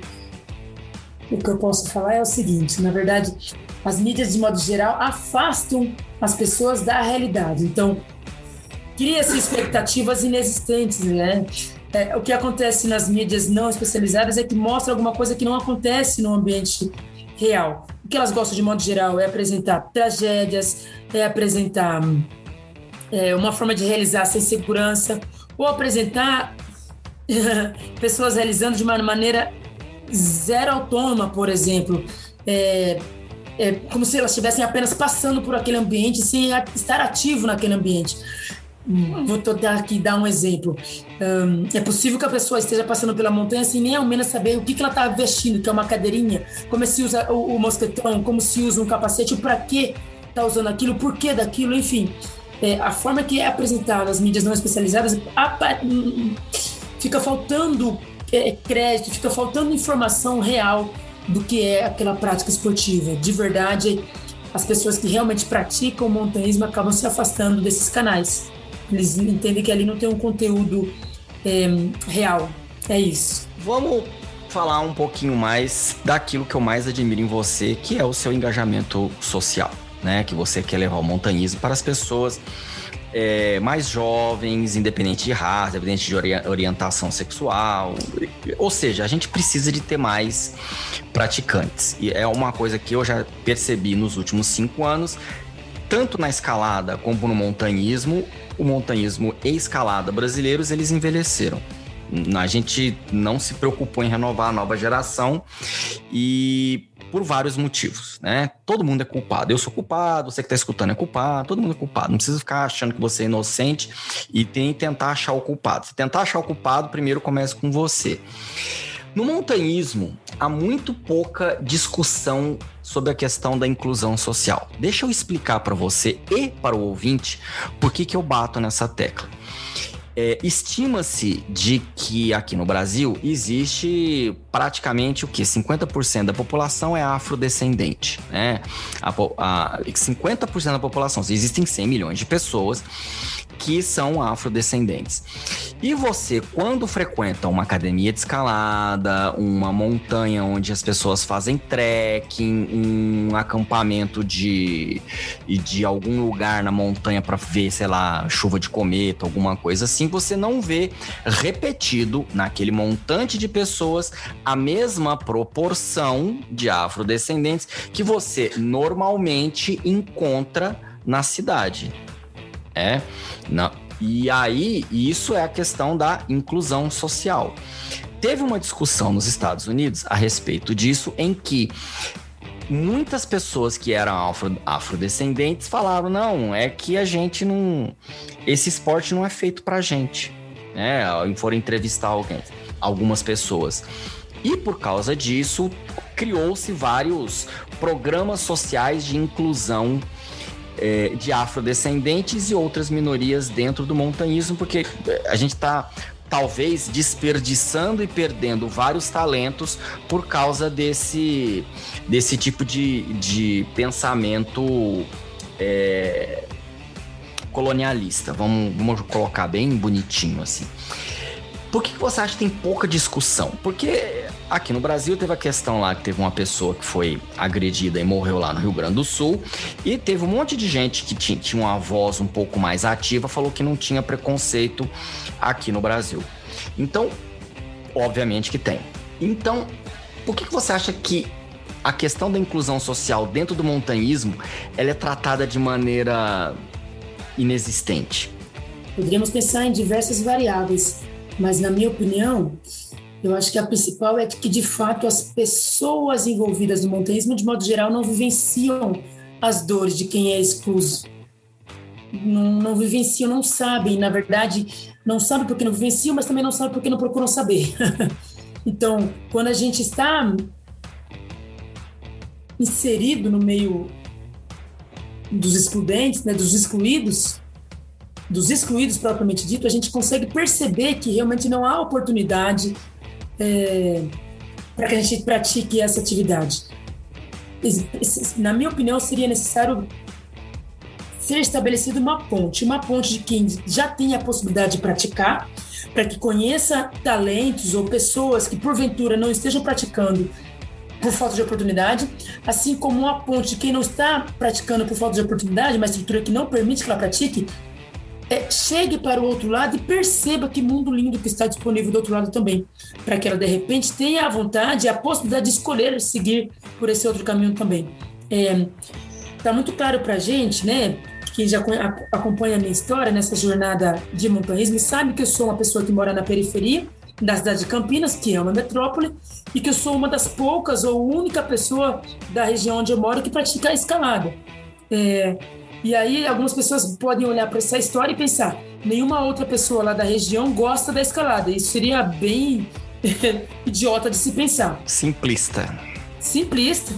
o que eu posso falar é o seguinte, na verdade, as mídias, de modo geral, afastam as pessoas da realidade. Então, cria-se expectativas inexistentes, né? É, o que acontece nas mídias não especializadas é que mostra alguma coisa que não acontece no ambiente real. O que elas gostam, de modo geral, é apresentar tragédias, é apresentar é, uma forma de realizar sem segurança, ou apresentar pessoas realizando de uma maneira zero autônoma, por exemplo. É, é como se elas estivessem apenas passando por aquele ambiente sem estar ativo naquele ambiente. Vou tentar aqui dar um exemplo. Um, é possível que a pessoa esteja passando pela montanha sem nem ao menos saber o que, que ela está vestindo, que é uma cadeirinha, como se usa o, o mosquetão, como se usa um capacete, para que está usando aquilo, por que daquilo, enfim. É, a forma que é apresentada nas mídias não especializadas, apa, fica faltando é, crédito, fica faltando informação real do que é aquela prática esportiva. De verdade, as pessoas que realmente praticam o montanhismo acabam se afastando desses canais. Eles entendem que ali não tem um conteúdo é, real. É isso. Vamos falar um pouquinho mais daquilo que eu mais admiro em você, que é o seu engajamento social, né? Que você quer levar o montanhismo para as pessoas é, mais jovens, independente de raça, independente de orientação sexual. Ou seja, a gente precisa de ter mais praticantes. E é uma coisa que eu já percebi nos últimos cinco anos, tanto na escalada como no montanhismo. O montanhismo e escalada brasileiros, eles envelheceram. A gente não se preocupou em renovar a nova geração e por vários motivos, né? Todo mundo é culpado. Eu sou culpado, você que está escutando é culpado, todo mundo é culpado. Não precisa ficar achando que você é inocente e tem que tentar achar o culpado. Se tentar achar o culpado, primeiro começa com você. No montanhismo, há muito pouca discussão sobre a questão da inclusão social. Deixa eu explicar para você e para o ouvinte por que que eu bato nessa tecla. É, estima-se de que aqui no Brasil existe praticamente o quê? cinquenta por cento da população é afrodescendente, né? A, a, cinquenta por cento da população, existem cem milhões de pessoas que são afrodescendentes. E você, quando frequenta uma academia de escalada, uma montanha onde as pessoas fazem trekking, um acampamento de, de algum lugar na montanha para ver, sei lá, chuva de cometa, alguma coisa assim, você não vê repetido naquele montante de pessoas a mesma proporção de afrodescendentes que você normalmente encontra na cidade. É, não. E aí, isso é a questão da inclusão social. Teve uma discussão nos Estados Unidos a respeito disso, em que muitas pessoas que eram afro, afrodescendentes falaram, não, é que a gente não... Esse esporte não é feito pra gente, né? Foram entrevistar alguém, algumas pessoas. E por causa disso, criou-se vários programas sociais de inclusão É, de afrodescendentes e outras minorias dentro do montanhismo, porque a gente está talvez desperdiçando e perdendo vários talentos por causa desse, desse tipo de, de pensamento é, colonialista. Vamos, vamos colocar bem bonitinho assim. Por que você acha que tem pouca discussão? Porque aqui no Brasil teve a questão lá que teve uma pessoa que foi agredida e morreu lá no Rio Grande do Sul, e teve um monte de gente que tinha, tinha uma voz um pouco mais ativa, falou que não tinha preconceito aqui no Brasil. Então, obviamente que tem. Então, por que você acha que a questão da inclusão social dentro do montanhismo ela é tratada de maneira inexistente? Poderíamos pensar em diversas variáveis, mas, na minha opinião, eu acho que a principal é que, de fato, as pessoas envolvidas no montanhismo, de modo geral, não vivenciam as dores de quem é excluso. Não, não vivenciam, não sabem, na verdade, não sabem porque não vivenciam, mas também não sabem porque não procuram saber. Então, quando a gente está inserido no meio dos excludentes, né, dos excluídos, dos excluídos propriamente dito, a gente consegue perceber que realmente não há oportunidade é, para que a gente pratique essa atividade. Na minha opinião, seria necessário ser estabelecida uma ponte, uma ponte de quem já tem a possibilidade de praticar, para que conheça talentos ou pessoas que porventura não estejam praticando por falta de oportunidade, assim como uma ponte de quem não está praticando por falta de oportunidade, uma estrutura que não permite que ela pratique, é, chegue para o outro lado e perceba que mundo lindo que está disponível do outro lado também, para que ela de repente tenha a vontade e a possibilidade de escolher seguir por esse outro caminho também. Está é, muito claro para a gente, né? Quem já acompanha a minha história nessa jornada de montanhismo sabe que eu sou uma pessoa que mora na periferia da cidade de Campinas, que é uma metrópole, e que eu sou uma das poucas ou única pessoa da região onde eu moro que pratica a escalada. É, e aí algumas pessoas podem olhar para essa história e pensar, nenhuma outra pessoa lá da região gosta da escalada. Isso seria bem idiota de se pensar. Simplista. Simplista.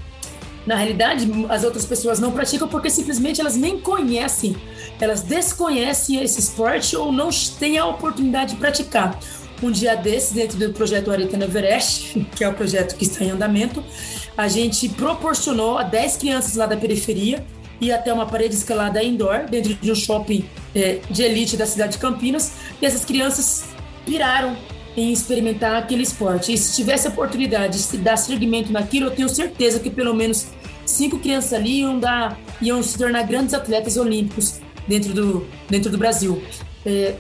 Na realidade, as outras pessoas não praticam porque simplesmente elas nem conhecem, elas desconhecem esse esporte ou não têm a oportunidade de praticar. Um dia desses, dentro do projeto Areta no Everest, que é o projeto que está em andamento, a gente proporcionou a dez crianças lá da periferia ir até uma parede escalada indoor, dentro de um shopping é, de elite da cidade de Campinas, e essas crianças piraram em experimentar aquele esporte. E se tivesse a oportunidade de dar segmento naquilo, eu tenho certeza que pelo menos cinco crianças ali iam, dar, iam se tornar grandes atletas olímpicos dentro do, dentro do Brasil. É,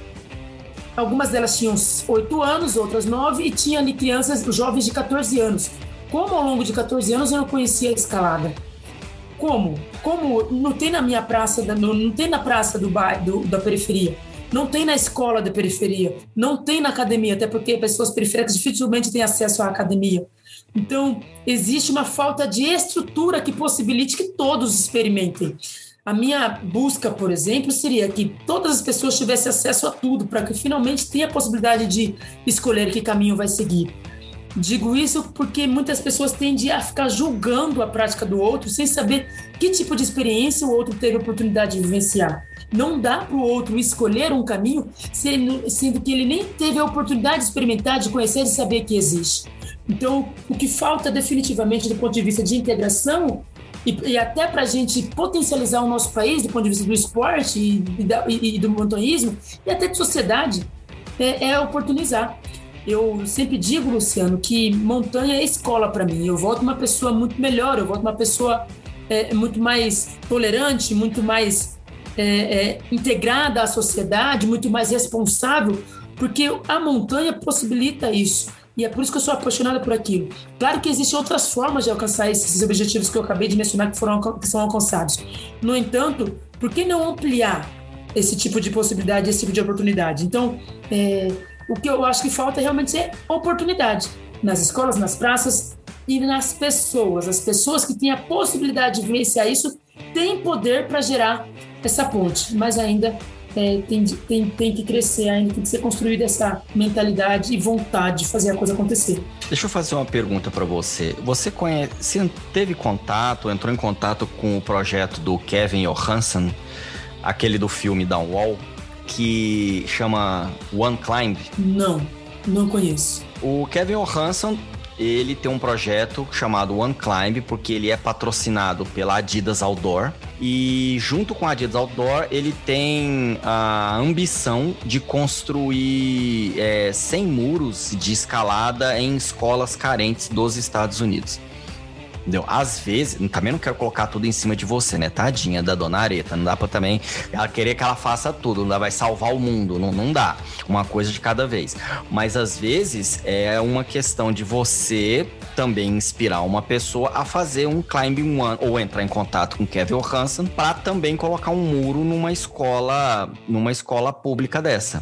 algumas delas tinham oito anos, outras nove, e tinha ali crianças, jovens de catorze anos. Como ao longo de catorze anos eu não conhecia a escalada? Como? Como não tem na minha praça, não, não tem na praça do bairro, da periferia, não tem na escola da periferia, não tem na academia, até porque pessoas periféricas dificilmente têm acesso à academia. Então, existe uma falta de estrutura que possibilite que todos experimentem. A minha busca, por exemplo, seria que todas as pessoas tivessem acesso a tudo, para que finalmente tenha a possibilidade de escolher que caminho vai seguir. Digo isso porque muitas pessoas tendem a ficar julgando a prática do outro sem saber que tipo de experiência o outro teve a oportunidade de vivenciar. Não dá para o outro escolher um caminho sendo, sendo que ele nem teve a oportunidade de experimentar, de conhecer, de saber que existe. Então, o que falta definitivamente do ponto de vista de integração e, e até para a gente potencializar o nosso país do ponto de vista do esporte e, e, da, e, e do montanhismo e até de sociedade é, é oportunizar. Eu sempre digo, Luciano, que montanha é escola para mim. Eu volto uma pessoa muito melhor, eu volto uma pessoa é, muito mais tolerante, muito mais é, é, integrada à sociedade, muito mais responsável, porque a montanha possibilita isso. E é por isso que eu sou apaixonada por aquilo. Claro que existem outras formas de alcançar esses objetivos que eu acabei de mencionar que, foram, que são alcançados. No entanto, por que não ampliar esse tipo de possibilidade, esse tipo de oportunidade? Então, é, o que eu acho que falta realmente é oportunidade nas escolas, nas praças e nas pessoas. As pessoas que têm a possibilidade de vivenciar isso têm poder para gerar essa ponte, mas ainda é, tem, tem, tem que crescer, ainda tem que ser construída essa mentalidade e vontade de fazer a coisa acontecer. Deixa eu fazer uma pergunta para você. Você conhece, você teve contato, entrou em contato com o projeto do Kevin Johansen, aquele do filme Downwall, que chama One Climb? Não, não conheço. O Kevin Johansen, ele tem um projeto chamado One Climb, porque ele é patrocinado pela Adidas Outdoor. E junto com a Adidas Outdoor, ele tem a ambição de construir é, cem muros de escalada em escolas carentes dos Estados Unidos. Entendeu? Às vezes, também não quero colocar tudo em cima de você, né? Tadinha da dona Areta. Não dá pra também ela querer que ela faça tudo. Não dá, vai salvar o mundo. Não, não dá. Uma coisa de cada vez. Mas às vezes é uma questão de você também inspirar uma pessoa a fazer um climbing one, ou entrar em contato com Kevin Johansen para também colocar um muro numa escola, numa escola pública dessa.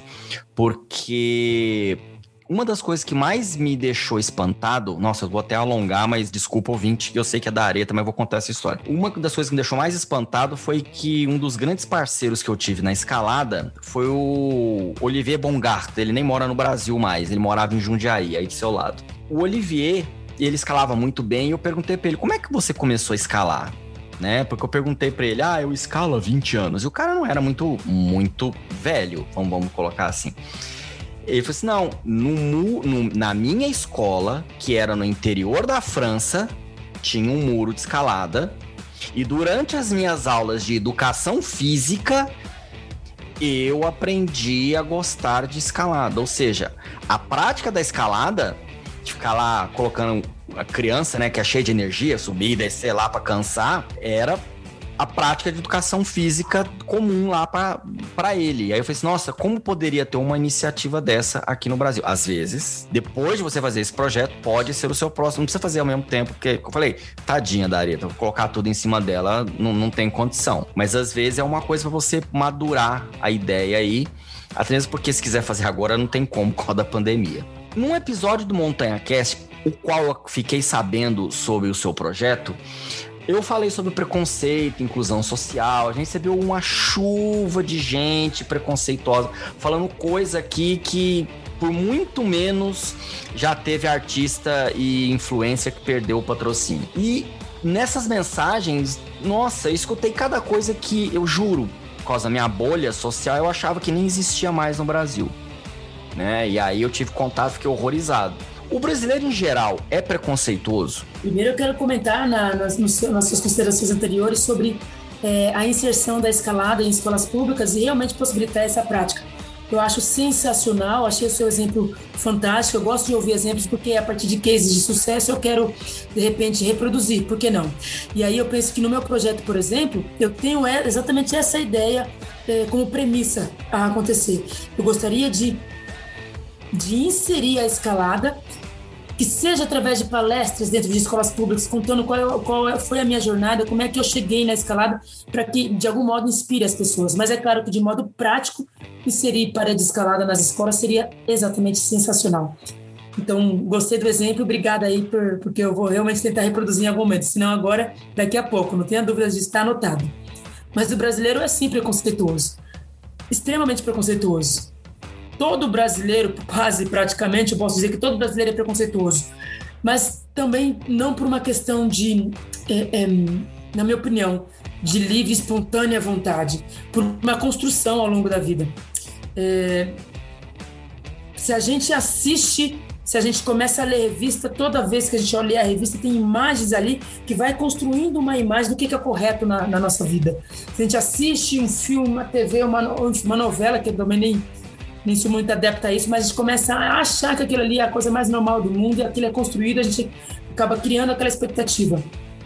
Porque uma das coisas que mais me deixou espantado... Nossa, eu vou até alongar, mas desculpa, ouvinte, que eu sei que é da Areta, mas eu vou contar essa história. Uma das coisas que me deixou mais espantado foi que um dos grandes parceiros que eu tive na escalada foi o Olivier Bongart. Ele nem mora no Brasil mais, ele morava em Jundiaí, aí do seu lado. O Olivier, ele escalava muito bem e eu perguntei pra ele, como é que você começou a escalar? né? Porque eu perguntei pra ele, ah, eu escalo há vinte anos. E o cara não era muito, muito velho, vamos, vamos colocar assim. Ele falou assim, não, no, no, na minha escola, que era no interior da França, tinha um muro de escalada. E durante as minhas aulas de educação física, eu aprendi a gostar de escalada. Ou seja, a prática da escalada, de ficar lá colocando a criança, né, que é cheia de energia, subir e descer lá pra cansar, era a prática de educação física comum lá pra, pra ele. Aí eu falei assim, nossa, como poderia ter uma iniciativa dessa aqui no Brasil? Às vezes, depois de você fazer esse projeto, pode ser o seu próximo. Não precisa fazer ao mesmo tempo, porque eu falei, tadinha da Areta, colocar tudo em cima dela não, não tem condição. Mas às vezes é uma coisa pra você madurar a ideia aí, até mesmo porque se quiser fazer agora não tem como por causa da pandemia. Num episódio do Montanha Cast, o qual eu fiquei sabendo sobre o seu projeto, eu falei sobre preconceito, inclusão social. A gente recebeu uma chuva de gente preconceituosa, falando coisa aqui que, por muito menos, já teve artista e influencer que perdeu o patrocínio. E nessas mensagens, nossa, eu escutei cada coisa que, eu juro, por causa da minha bolha social, eu achava que nem existia mais no Brasil, né? E aí eu tive contato, fiquei horrorizado. O brasileiro, em geral, é preconceituoso? Primeiro eu quero comentar na, nas, no seu, nas suas considerações anteriores sobre é, a inserção da escalada em escolas públicas e realmente possibilitar essa prática. Eu acho sensacional, achei o seu exemplo fantástico, eu gosto de ouvir exemplos porque a partir de cases de sucesso eu quero, de repente, reproduzir, por que não? E aí eu penso que no meu projeto, por exemplo, eu tenho exatamente essa ideia é, como premissa a acontecer. Eu gostaria de de inserir a escalada, que seja através de palestras dentro de escolas públicas, contando qual, qual foi a minha jornada, como é que eu cheguei na escalada, para que, de algum modo, inspire as pessoas. Mas é claro que, de modo prático, inserir parede de escalada nas escolas seria exatamente sensacional. Então, gostei do exemplo, obrigada aí, por, porque eu vou realmente tentar reproduzir em algum momento, senão agora, daqui a pouco, não tenha dúvida disso, está anotado. Mas o brasileiro é sim preconceituoso, extremamente preconceituoso. Todo brasileiro, quase praticamente, eu posso dizer que todo brasileiro é preconceituoso, mas também não por uma questão de, é, é, na minha opinião, de livre, espontânea vontade, por uma construção ao longo da vida. É, se a gente assiste, se a gente começa a ler revista, toda vez que a gente olha a revista, tem imagens ali que vai construindo uma imagem do que é correto na, na nossa vida. Se a gente assiste um filme, uma T V, uma, uma novela, que eu também nem... nem sou muito adepta a isso, mas a gente começa a achar que aquilo ali é a coisa mais normal do mundo e aquilo é construído, a gente acaba criando aquela expectativa.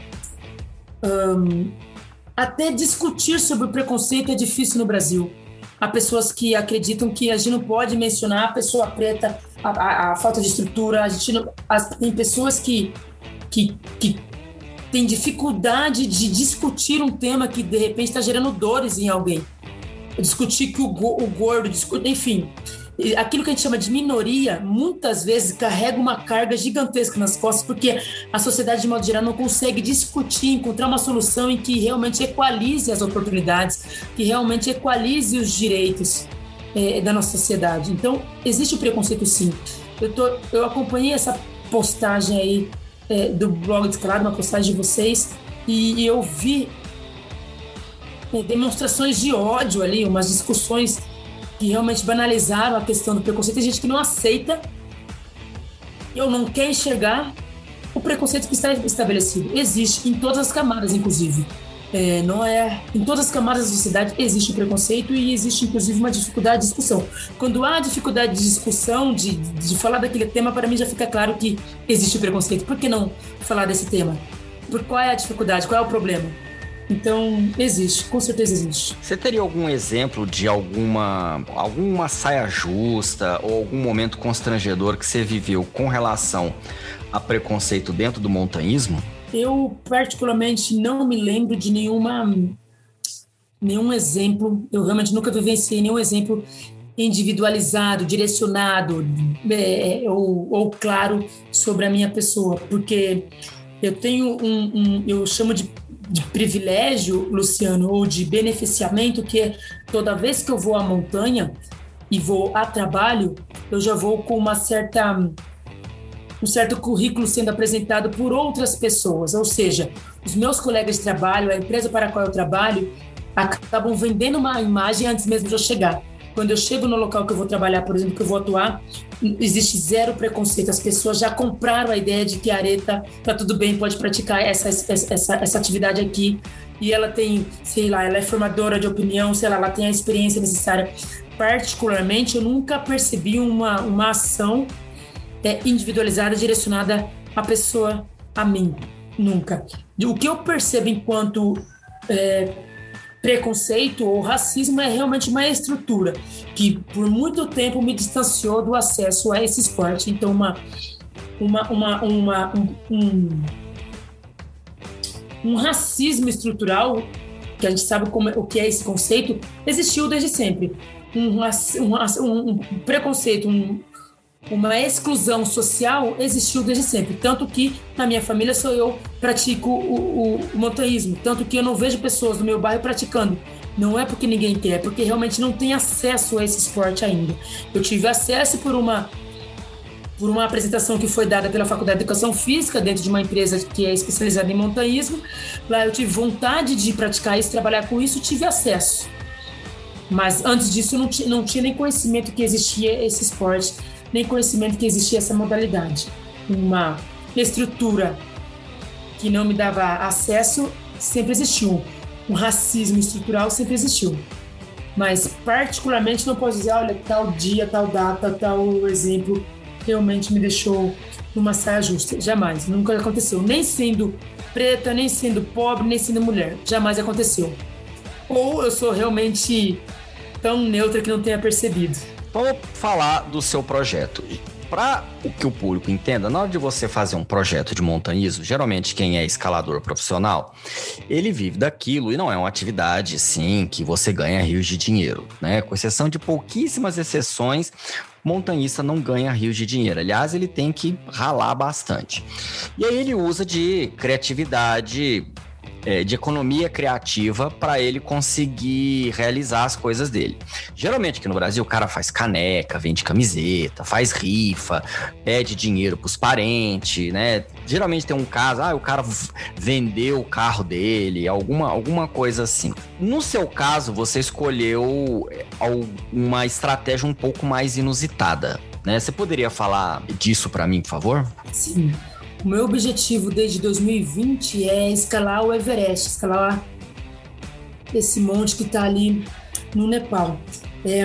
Um, até discutir sobre o preconceito é difícil no Brasil. Há pessoas que acreditam que a gente não pode mencionar a pessoa preta, a, a, a falta de estrutura, a gente não, as, tem pessoas que, que, que têm dificuldade de discutir um tema que de repente está gerando dores em alguém. Discutir que o, o gordo, discutir, enfim, aquilo que a gente chama de minoria, muitas vezes carrega uma carga gigantesca nas costas, porque a sociedade, de modo geral, não consegue discutir, encontrar uma solução em que realmente equalize as oportunidades, que realmente equalize os direitos é, da nossa sociedade. Então, existe o preconceito, sim. Eu, tô, eu acompanhei essa postagem aí é, do blog de Escalada, uma postagem de vocês, e, e eu vi demonstrações de ódio ali, umas discussões que realmente banalizaram a questão do preconceito. Tem gente que não aceita ou não quer enxergar o preconceito que está estabelecido. Existe em todas as camadas, inclusive. É, não é, em todas as camadas da sociedade existe o preconceito e existe, inclusive, uma dificuldade de discussão. Quando há dificuldade de discussão, de, de falar daquele tema, para mim já fica claro que existe o preconceito. Por que não falar desse tema? Por qual é a dificuldade? Qual é o problema? Então, existe, com certeza existe. Você teria algum exemplo de alguma, alguma saia justa ou algum momento constrangedor que você viveu com relação a preconceito dentro do montanhismo? Eu, particularmente, não me lembro de nenhuma, nenhum exemplo. Eu realmente nunca vivenciei nenhum exemplo individualizado, direcionado é, ou, ou claro sobre a minha pessoa, porque eu tenho um, um eu chamo de de privilégio, Luciano, ou de beneficiamento, que é toda vez que eu vou à montanha e vou a trabalho, eu já vou com uma certa um certo currículo sendo apresentado por outras pessoas, ou seja, os meus colegas de trabalho, a empresa para a qual eu trabalho, acabam vendendo uma imagem antes mesmo de eu chegar. Quando eu chego no local que eu vou trabalhar, por exemplo, que eu vou atuar, existe zero preconceito. As pessoas já compraram a ideia de que a areta tá tudo bem, pode praticar essa, essa, essa, essa atividade aqui. E ela tem, sei lá, ela é formadora de opinião, sei lá, ela tem a experiência necessária. Particularmente, eu nunca percebi uma, uma ação é, individualizada, direcionada à pessoa, a mim. Nunca. O que eu percebo enquanto... É, preconceito ou racismo é realmente uma estrutura que por muito tempo me distanciou do acesso a esse esporte. Então uma, uma, uma, uma, um, um, um racismo estrutural, que a gente sabe como, o que é esse conceito, existiu desde sempre. Um, um, um preconceito, um, uma exclusão social existiu desde sempre, tanto que na minha família sou eu pratico o, o, o montanhismo, tanto que eu não vejo pessoas do meu bairro praticando. Não é porque ninguém quer, é porque realmente não tem acesso a esse esporte ainda. Eu tive acesso por uma, por uma apresentação que foi dada pela Faculdade de Educação Física, dentro de uma empresa que é especializada em montanhismo. Lá eu tive vontade de praticar isso, trabalhar com isso, tive acesso. Mas antes disso eu não, t- não tinha nem conhecimento que existia esse esporte, nem conhecimento que existia essa modalidade. Uma estrutura que não me dava acesso sempre existiu. Um racismo estrutural sempre existiu. Mas, particularmente, não posso dizer, olha, tal dia, tal data, tal exemplo, realmente me deixou numa saia justa. Jamais, nunca aconteceu. Nem sendo preta, nem sendo pobre, nem sendo mulher. Jamais aconteceu. Ou eu sou realmente tão neutra que não tenha percebido. Vamos falar do seu projeto. Para que o público entenda, na hora de você fazer um projeto de montanhismo, geralmente quem é escalador profissional, ele vive daquilo e não é uma atividade, sim, que você ganha rios de dinheiro, né? Com exceção de pouquíssimas exceções, montanhista não ganha rios de dinheiro. Aliás, ele tem que ralar bastante. E aí ele usa de criatividade... É, de economia criativa para ele conseguir realizar as coisas dele. Geralmente aqui no Brasil o cara faz caneca, vende camiseta, faz rifa, pede dinheiro pros parentes, né? Geralmente tem um caso, ah, o cara vendeu o carro dele, alguma, alguma coisa assim. No seu caso, você escolheu uma estratégia um pouco mais inusitada, né? Você poderia falar disso para mim, por favor? Sim. O meu objetivo desde dois mil e vinte é escalar o Everest, escalar esse monte que está ali no Nepal. É,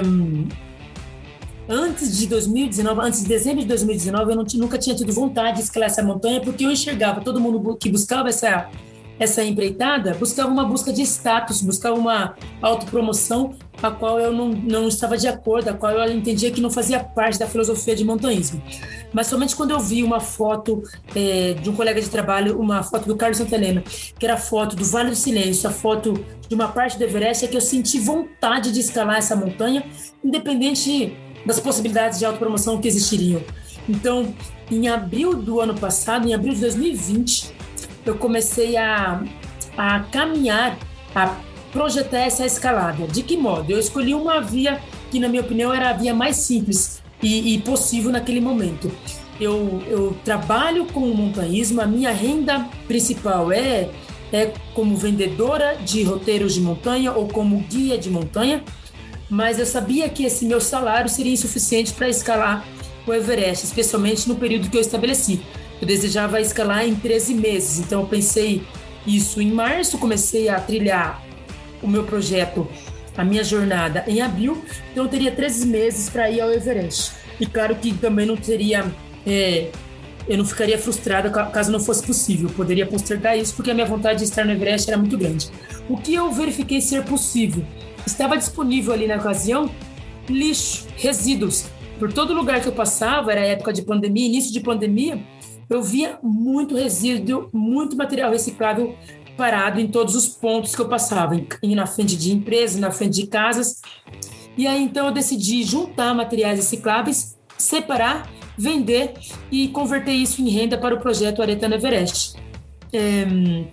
antes de dois mil e dezenove, antes de dezembro de dois mil e dezenove, eu não, nunca tinha tido vontade de escalar essa montanha, porque eu enxergava todo mundo que buscava essa, essa empreitada, buscava uma busca de status, buscava uma autopromoção a qual eu não, não estava de acordo, a qual eu entendia que não fazia parte da filosofia de montanhismo. Mas somente quando eu vi uma foto é, de um colega de trabalho, uma foto do Carlos Santa Helena, que era a foto do Vale do Silêncio, a foto de uma parte do Everest, é que eu senti vontade de escalar essa montanha, independente das possibilidades de autopromoção que existiriam. Então, em abril do ano passado, em abril de dois mil e vinte, eu comecei a, a caminhar, a projetar essa escalada. De que modo? Eu escolhi uma via que, na minha opinião, era a via mais simples e, e possível naquele momento. Eu, eu trabalho com o montanhismo, a minha renda principal é, é como vendedora de roteiros de montanha ou como guia de montanha, mas eu sabia que esse meu salário seria insuficiente para escalar o Everest, especialmente no período que eu estabeleci. Eu desejava escalar em treze meses, então eu pensei isso em março, comecei a trilhar o meu projeto, a minha jornada em abril, então eu teria treze meses para ir ao Everest. E claro que também não teria, é, eu não ficaria frustrada caso não fosse possível, eu poderia postergar isso porque a minha vontade de estar no Everest era muito grande. O que eu verifiquei ser possível? Estava disponível ali na ocasião lixo, resíduos. Por todo lugar que eu passava, era época de pandemia, início de pandemia, eu via muito resíduo, muito material reciclável parado em todos os pontos que eu passava, na frente de empresas, na frente de casas. E aí, então, eu decidi juntar materiais recicláveis, separar, vender e converter isso em renda para o projeto Areta no Everest. É...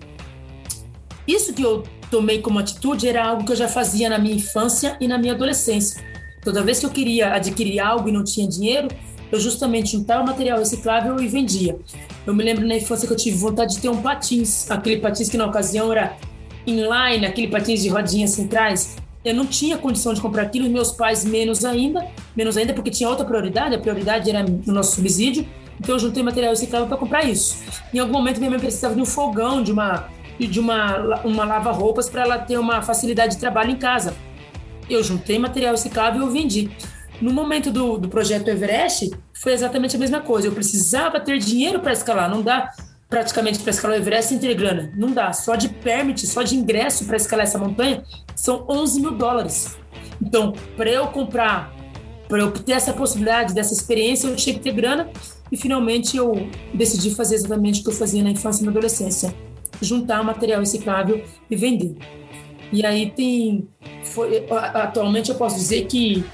Isso que eu tomei como atitude era algo que eu já fazia na minha infância e na minha adolescência. Toda vez que eu queria adquirir algo e não tinha dinheiro, eu justamente juntava material reciclável e vendia. Eu me lembro na infância que eu tive vontade de ter um patins, aquele patins que na ocasião era inline, aquele patins de rodinhas centrais. Eu não tinha condição de comprar aquilo, meus pais menos ainda, menos ainda porque tinha outra prioridade, a prioridade era o nosso subsídio, então eu juntei material reciclável para comprar isso. Em algum momento minha mãe precisava de um fogão, de uma, de uma, uma lava-roupas para ela ter uma facilidade de trabalho em casa. Eu juntei material reciclável e eu vendi. No momento do, do projeto Everest, foi exatamente a mesma coisa. Eu precisava ter dinheiro para escalar. Não dá praticamente para escalar o Everest sem ter grana. Não dá. Só de permit, só de ingresso para escalar essa montanha, são onze mil dólares. Então, para eu comprar, para eu ter essa possibilidade, dessa experiência, eu tinha que ter grana. E, finalmente, eu decidi fazer exatamente o que eu fazia na infância e na adolescência. Juntar material reciclável e vender. E aí tem... Foi, atualmente, eu posso dizer que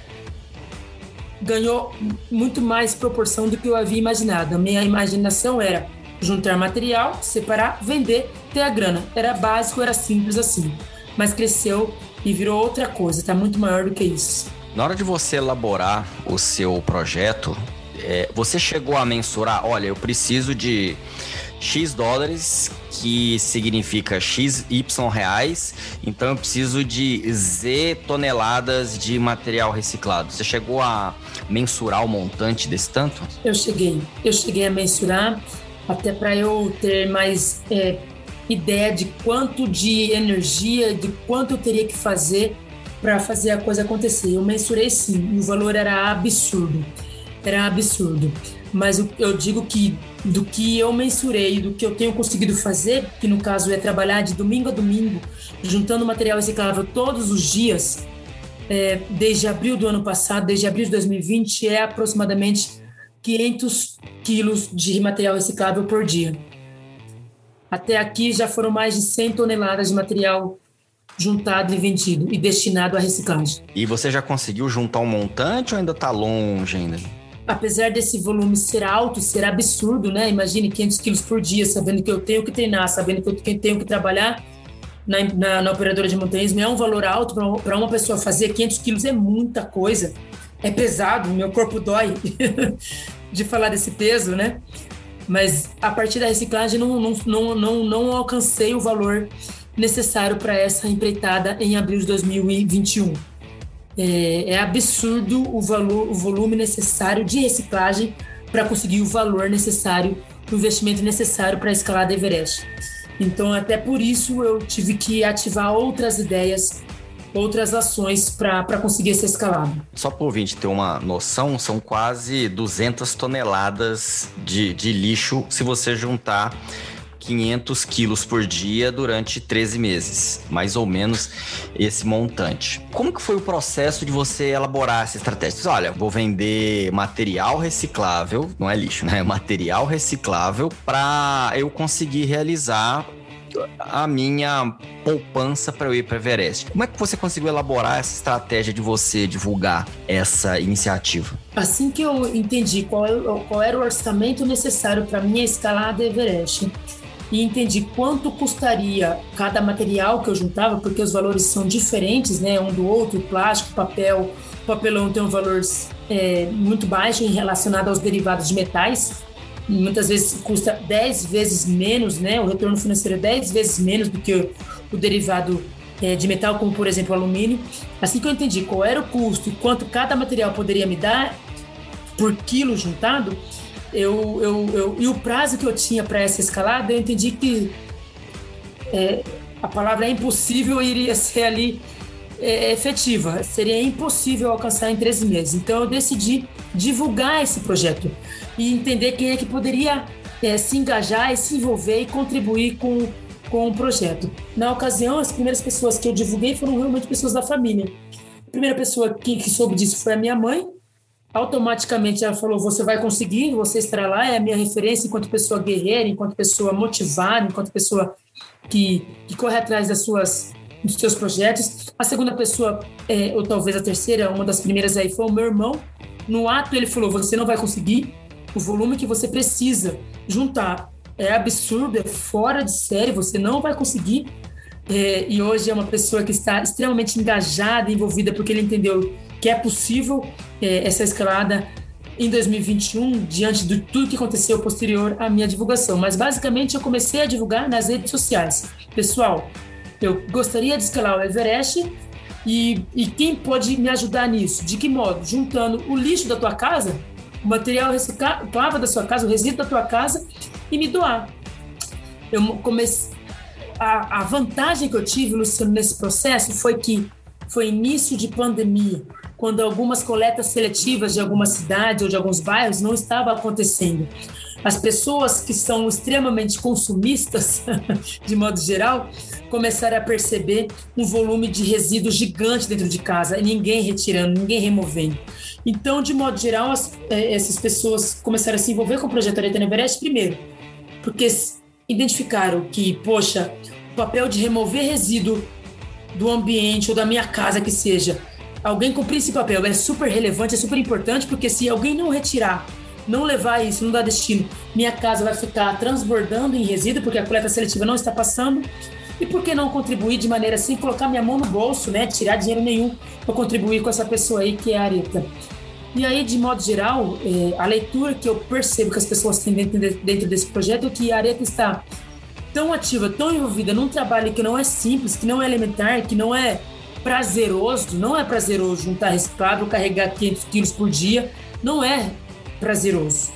ganhou muito mais proporção do que eu havia imaginado. A minha imaginação era juntar material, separar, vender, ter a grana. Era básico, era simples assim. Mas cresceu e virou outra coisa, está muito maior do que isso. Na hora de você elaborar o seu projeto, é, você chegou a mensurar, olha, eu preciso de X dólares, que significa X Y reais, então eu preciso de Z toneladas de material reciclado. Você chegou a mensurar o montante desse tanto? Eu cheguei, eu cheguei a mensurar, até para eu ter mais é, ideia de quanto de energia, de quanto eu teria que fazer para fazer a coisa acontecer. Eu mensurei sim, e o valor era absurdo, era absurdo. Mas eu digo que do que eu mensurei, do que eu tenho conseguido fazer, que no caso é trabalhar de domingo a domingo, juntando material reciclável todos os dias, é, desde abril do ano passado, desde abril de dois mil e vinte, é aproximadamente quinhentos quilos de material reciclável por dia. Até aqui já foram mais de cem toneladas de material juntado e vendido e destinado à reciclagem. E você já conseguiu juntar um montante ou ainda está longe ainda? Apesar desse volume ser alto, ser absurdo, né? Imagine quinhentos quilos por dia, sabendo que eu tenho que treinar, sabendo que eu tenho que trabalhar na, na, na operadora de montanhismo, é um valor alto para uma pessoa fazer. Quinhentos quilos é muita coisa, é pesado, meu corpo dói de falar desse peso, né? Mas a partir da reciclagem não, não, não, não, não alcancei o valor necessário para essa empreitada em abril de dois mil e vinte e um. É, é absurdo o, valor, o volume necessário de reciclagem para conseguir o valor necessário, o investimento necessário para a escalada Everest. Então, até por isso, eu tive que ativar outras ideias, outras ações para conseguir essa escalada. Só para o ouvinte ter uma noção, são quase duzentas toneladas de, de lixo se você juntar quinhentos quilos por dia durante treze meses, mais ou menos esse montante. Como que foi o processo de você elaborar essa estratégia? Você diz, olha, vou vender material reciclável, não é lixo, né? Material reciclável para eu conseguir realizar a minha poupança para eu ir para Everest. Como é que você conseguiu elaborar essa estratégia de você divulgar essa iniciativa? Assim que eu entendi qual, é, qual era o orçamento necessário para minha escalada Everest, e entendi quanto custaria cada material que eu juntava, porque os valores são diferentes, né, um do outro, o plástico, o papel, o papelão tem um valor é, muito baixo em relacionado aos derivados de metais, muitas vezes custa dez vezes menos, né, o retorno financeiro é dez vezes menos do que o, o derivado é, de metal, como por exemplo o alumínio. Assim que eu entendi qual era o custo e quanto cada material poderia me dar por quilo juntado, Eu, eu, eu, e o prazo que eu tinha para essa escalada, eu entendi que é, a palavra é impossível iria ser ali é, efetiva, seria impossível alcançar em treze meses. Então eu decidi divulgar esse projeto e entender quem é que poderia é, se engajar e se envolver e contribuir com, com o projeto. Na ocasião, as primeiras pessoas que eu divulguei foram realmente pessoas da família. A primeira pessoa que, que soube disso foi a minha mãe. Automaticamente ela falou, você vai conseguir, você estará lá, é a minha referência enquanto pessoa guerreira, enquanto pessoa motivada, enquanto pessoa que, que corre atrás das suas, dos seus projetos. A segunda pessoa, é, ou talvez a terceira, uma das primeiras aí foi o meu irmão. No ato ele falou, você não vai conseguir, o volume que você precisa juntar é absurdo, é fora de série, você não vai conseguir. É, e hoje é uma pessoa que está extremamente engajada, envolvida, porque ele entendeu que é possível é, essa escalada em dois mil e vinte e um, diante de tudo que aconteceu posterior à minha divulgação. Mas, basicamente, eu comecei a divulgar nas redes sociais. Pessoal, eu gostaria de escalar o Everest e, e quem pode me ajudar nisso? De que modo? Juntando o lixo da tua casa, o material reciclável da sua casa, o resíduo da tua casa e me doar. Eu comecei... A, a vantagem que eu tive, Luciano, nesse processo foi que foi início de pandemia, quando algumas coletas seletivas de algumas cidades ou de alguns bairros não estavam acontecendo. As pessoas que são extremamente consumistas, de modo geral, começaram a perceber um volume de resíduos gigante dentro de casa, e ninguém retirando, ninguém removendo. Então, de modo geral, as, essas pessoas começaram a se envolver com o projeto Areta no Everest, primeiro, porque identificaram que, poxa, o papel de remover resíduo do ambiente ou da minha casa que seja, alguém cumprir esse papel é super relevante, é super importante, porque se alguém não retirar, não levar isso, não dar destino, minha casa vai ficar transbordando em resíduo, porque a coleta seletiva não está passando. E por que não contribuir de maneira assim, colocar minha mão no bolso, né, tirar dinheiro nenhum para contribuir com essa pessoa aí que é a Areta. E aí, de modo geral, é, a leitura que eu percebo que as pessoas têm dentro, de, dentro desse projeto é que a Areta está tão ativa, tão envolvida num trabalho que não é simples, que não é elementar, que não é prazeroso, não é prazeroso juntar reciclável, carregar quinhentos quilos por dia, não é prazeroso.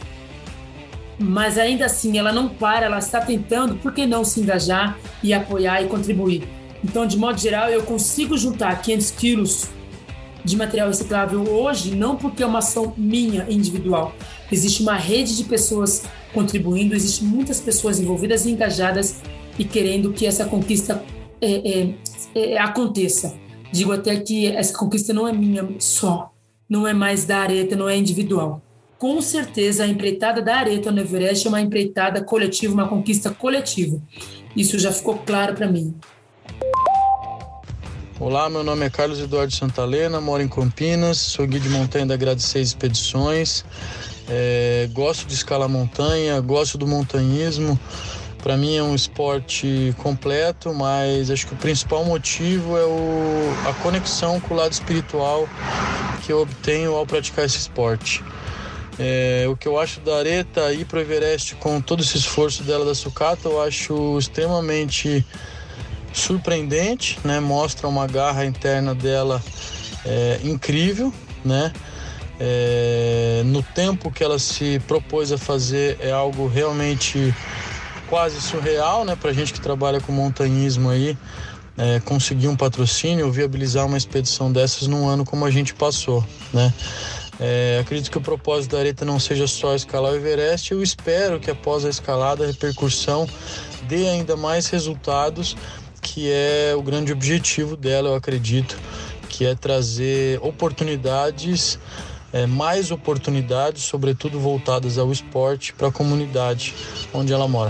Mas ainda assim, ela não para, ela está tentando, por que não se engajar e apoiar e contribuir? Então, de modo geral, eu consigo juntar quinhentos quilos de material reciclável hoje, não porque é uma ação minha, individual. Existe uma rede de pessoas contribuindo, existem muitas pessoas envolvidas e engajadas e querendo que essa conquista é, é, é, aconteça. Digo até que essa conquista não é minha só, não é mais da Areta, não é individual. Com certeza, a empreitada da Areta no Everest é uma empreitada coletiva, uma conquista coletiva. Isso já ficou claro para mim. Olá, meu nome é Carlos Eduardo Santalena, moro em Campinas, sou guia de montanha da Grade seis Expedições, é, gosto de escalar montanha, gosto do montanhismo. Para mim é um esporte completo, mas acho que o principal motivo é o, a conexão com o lado espiritual que eu obtenho ao praticar esse esporte. É, o que eu acho da Areta ir para o Everest com todo esse esforço dela da sucata, eu acho extremamente surpreendente, né? Mostra uma garra interna dela é, incrível, né? É, no tempo que ela se propôs a fazer é algo realmente quase surreal, né? Pra gente que trabalha com montanhismo aí, é, conseguir um patrocínio, viabilizar uma expedição dessas num ano como a gente passou, né? É, acredito que o propósito da Areta não seja só escalar o Everest. Eu espero que após a escalada a repercussão dê ainda mais resultados, que é o grande objetivo dela, eu acredito, que é trazer oportunidades, é, mais oportunidades, sobretudo voltadas ao esporte, para a comunidade onde ela mora.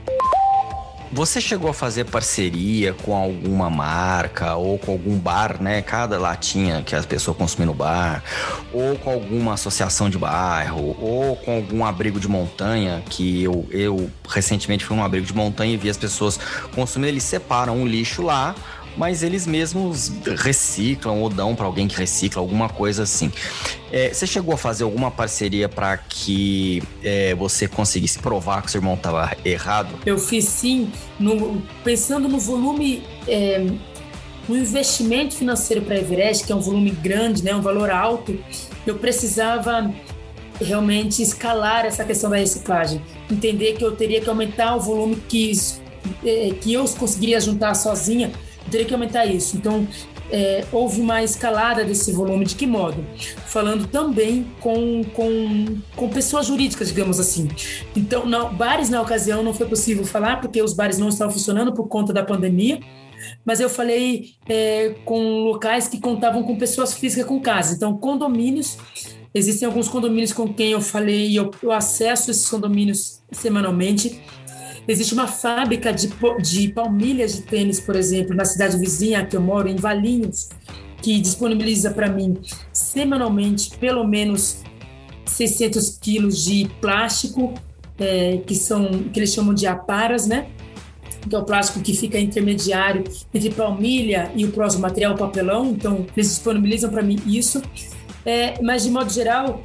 Você chegou a fazer parceria com alguma marca ou com algum bar, né? Cada latinha que as pessoas consomem no bar, ou com alguma associação de bairro, ou com algum abrigo de montanha, que eu, eu recentemente fui num abrigo de montanha e vi as pessoas consumindo, eles separam o lixo lá, mas eles mesmos reciclam ou dão para alguém que recicla, alguma coisa assim. É, você chegou a fazer alguma parceria para que é, você conseguisse provar que o seu irmão estava errado? Eu fiz sim, no, pensando no volume, é, no investimento financeiro para Everest, que é um volume grande, né, um valor alto, eu precisava realmente escalar essa questão da reciclagem, entender que eu teria que aumentar o volume que, é, que eu conseguiria juntar sozinha. Teria que aumentar isso. Então, é, houve uma escalada desse volume. De que modo? Falando também com, com, com pessoas jurídicas, digamos assim. Então, não, bares na ocasião não foi possível falar, porque os bares não estavam funcionando por conta da pandemia, mas eu falei é, com locais que contavam com pessoas físicas com casa. Então, condomínios, existem alguns condomínios com quem eu falei e eu, eu acesso esses condomínios semanalmente. Existe uma fábrica de, de palmilhas de tênis, por exemplo, na cidade vizinha que eu moro, em Valinhos, que disponibiliza para mim semanalmente pelo menos seiscentos quilos de plástico, é, que, são, que eles chamam de aparas, né? Que é o plástico que fica intermediário entre palmilha e o próximo material, o papelão. Então, eles disponibilizam para mim isso. É, mas, de modo geral,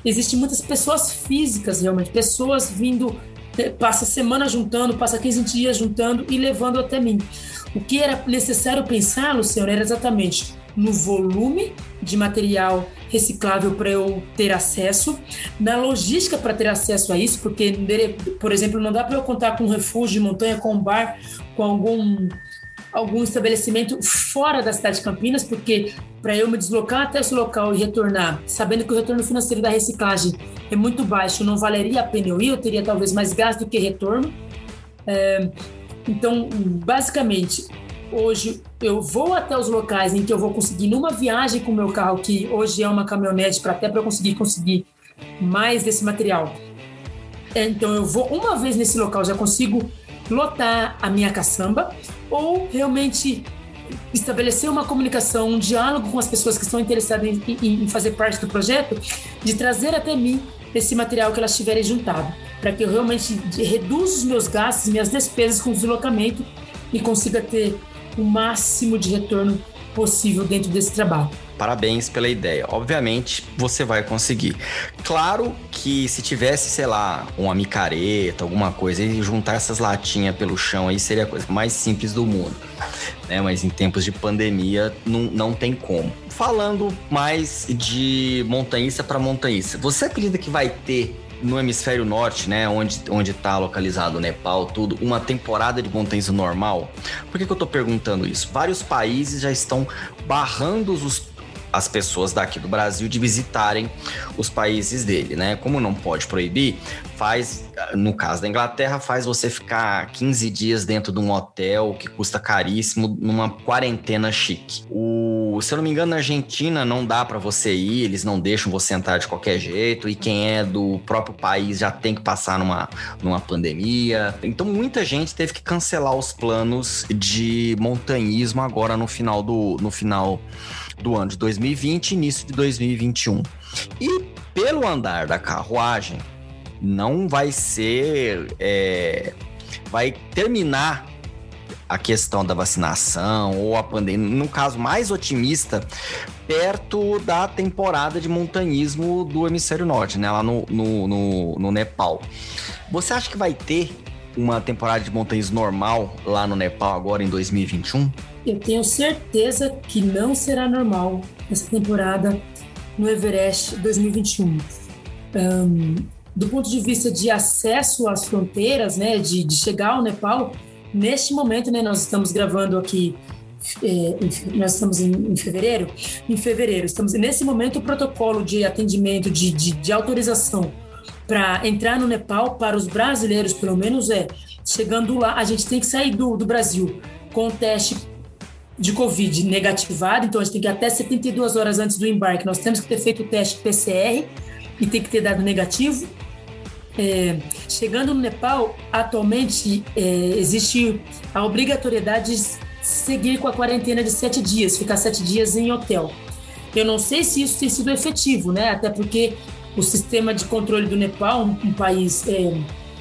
existem muitas pessoas físicas, realmente, pessoas vindo, passa semana juntando, passa quinze dias juntando e levando até mim. O que era necessário pensar, Luciano, era exatamente no volume de material reciclável para eu ter acesso, na logística para ter acesso a isso, porque, por exemplo, não dá para eu contar com um refúgio de montanha, com um bar, com algum, algum estabelecimento fora da cidade de Campinas, porque para eu me deslocar até esse local e retornar, sabendo que o retorno financeiro da reciclagem é muito baixo, não valeria a pena eu ir, eu teria talvez mais gasto do que retorno. É, então, basicamente, hoje eu vou até os locais em que eu vou conseguir, numa viagem com o meu carro, que hoje é uma caminhonete, para até para eu conseguir conseguir mais desse material. Então eu vou uma vez nesse local, já consigo lotar a minha caçamba, ou realmente estabelecer uma comunicação, um diálogo com as pessoas que estão interessadas em, em, em fazer parte do projeto, de trazer até mim esse material que elas tiverem juntado, para que eu realmente reduza os meus gastos, minhas despesas com deslocamento e consiga ter o máximo de retorno possível dentro desse trabalho. Parabéns pela ideia. Obviamente, você vai conseguir. Claro que se tivesse, sei lá, uma micareta, alguma coisa, e juntar essas latinhas pelo chão aí seria a coisa mais simples do mundo, né? Mas em tempos de pandemia, não, não tem como. Falando mais de montanhista para montanhista, você acredita que vai ter no hemisfério norte, né, onde onde está localizado o Nepal, tudo, uma temporada de montanhismo normal? Por que que eu tô perguntando isso? Vários países já estão barrando os as pessoas daqui do Brasil de visitarem os países dele, né? Como não pode proibir, faz, no caso da Inglaterra, faz você ficar quinze dias dentro de um hotel que custa caríssimo, numa quarentena chique. O, se eu não me engano, na Argentina não dá para você ir, eles não deixam você entrar de qualquer jeito, e quem é do próprio país já tem que passar numa, numa pandemia. Então muita gente teve que cancelar os planos de montanhismo agora no final do, no final do ano de dois mil e vinte e início de dois mil e vinte e um. E pelo andar da carruagem, não vai ser... É, vai terminar a questão da vacinação ou a pandemia, no caso mais otimista, perto da temporada de montanhismo do hemisfério norte, né? Lá no, no, no, no Nepal. Você acha que vai ter uma temporada de montanhismo normal lá no Nepal agora em dois mil e vinte e um? Eu tenho certeza que não será normal essa temporada no Everest dois mil e vinte e um. Um, do ponto de vista de acesso às fronteiras, né, de, de chegar ao Nepal, neste momento, né, nós estamos gravando aqui, é, em, nós estamos em, em fevereiro, em fevereiro, estamos nesse momento o protocolo de atendimento, de, de, de autorização para entrar no Nepal, para os brasileiros, pelo menos, é, chegando lá, a gente tem que sair do, do Brasil com o teste de Covid negativado, então a gente tem que ir até setenta e duas horas antes do embarque, nós temos que ter feito o teste P C R e tem que ter dado negativo. É, chegando no Nepal, atualmente é, existe a obrigatoriedade de seguir com a quarentena de sete dias, ficar sete dias em hotel. Eu não sei se isso tem sido efetivo, né? Até porque o sistema de controle do Nepal, um, um país é,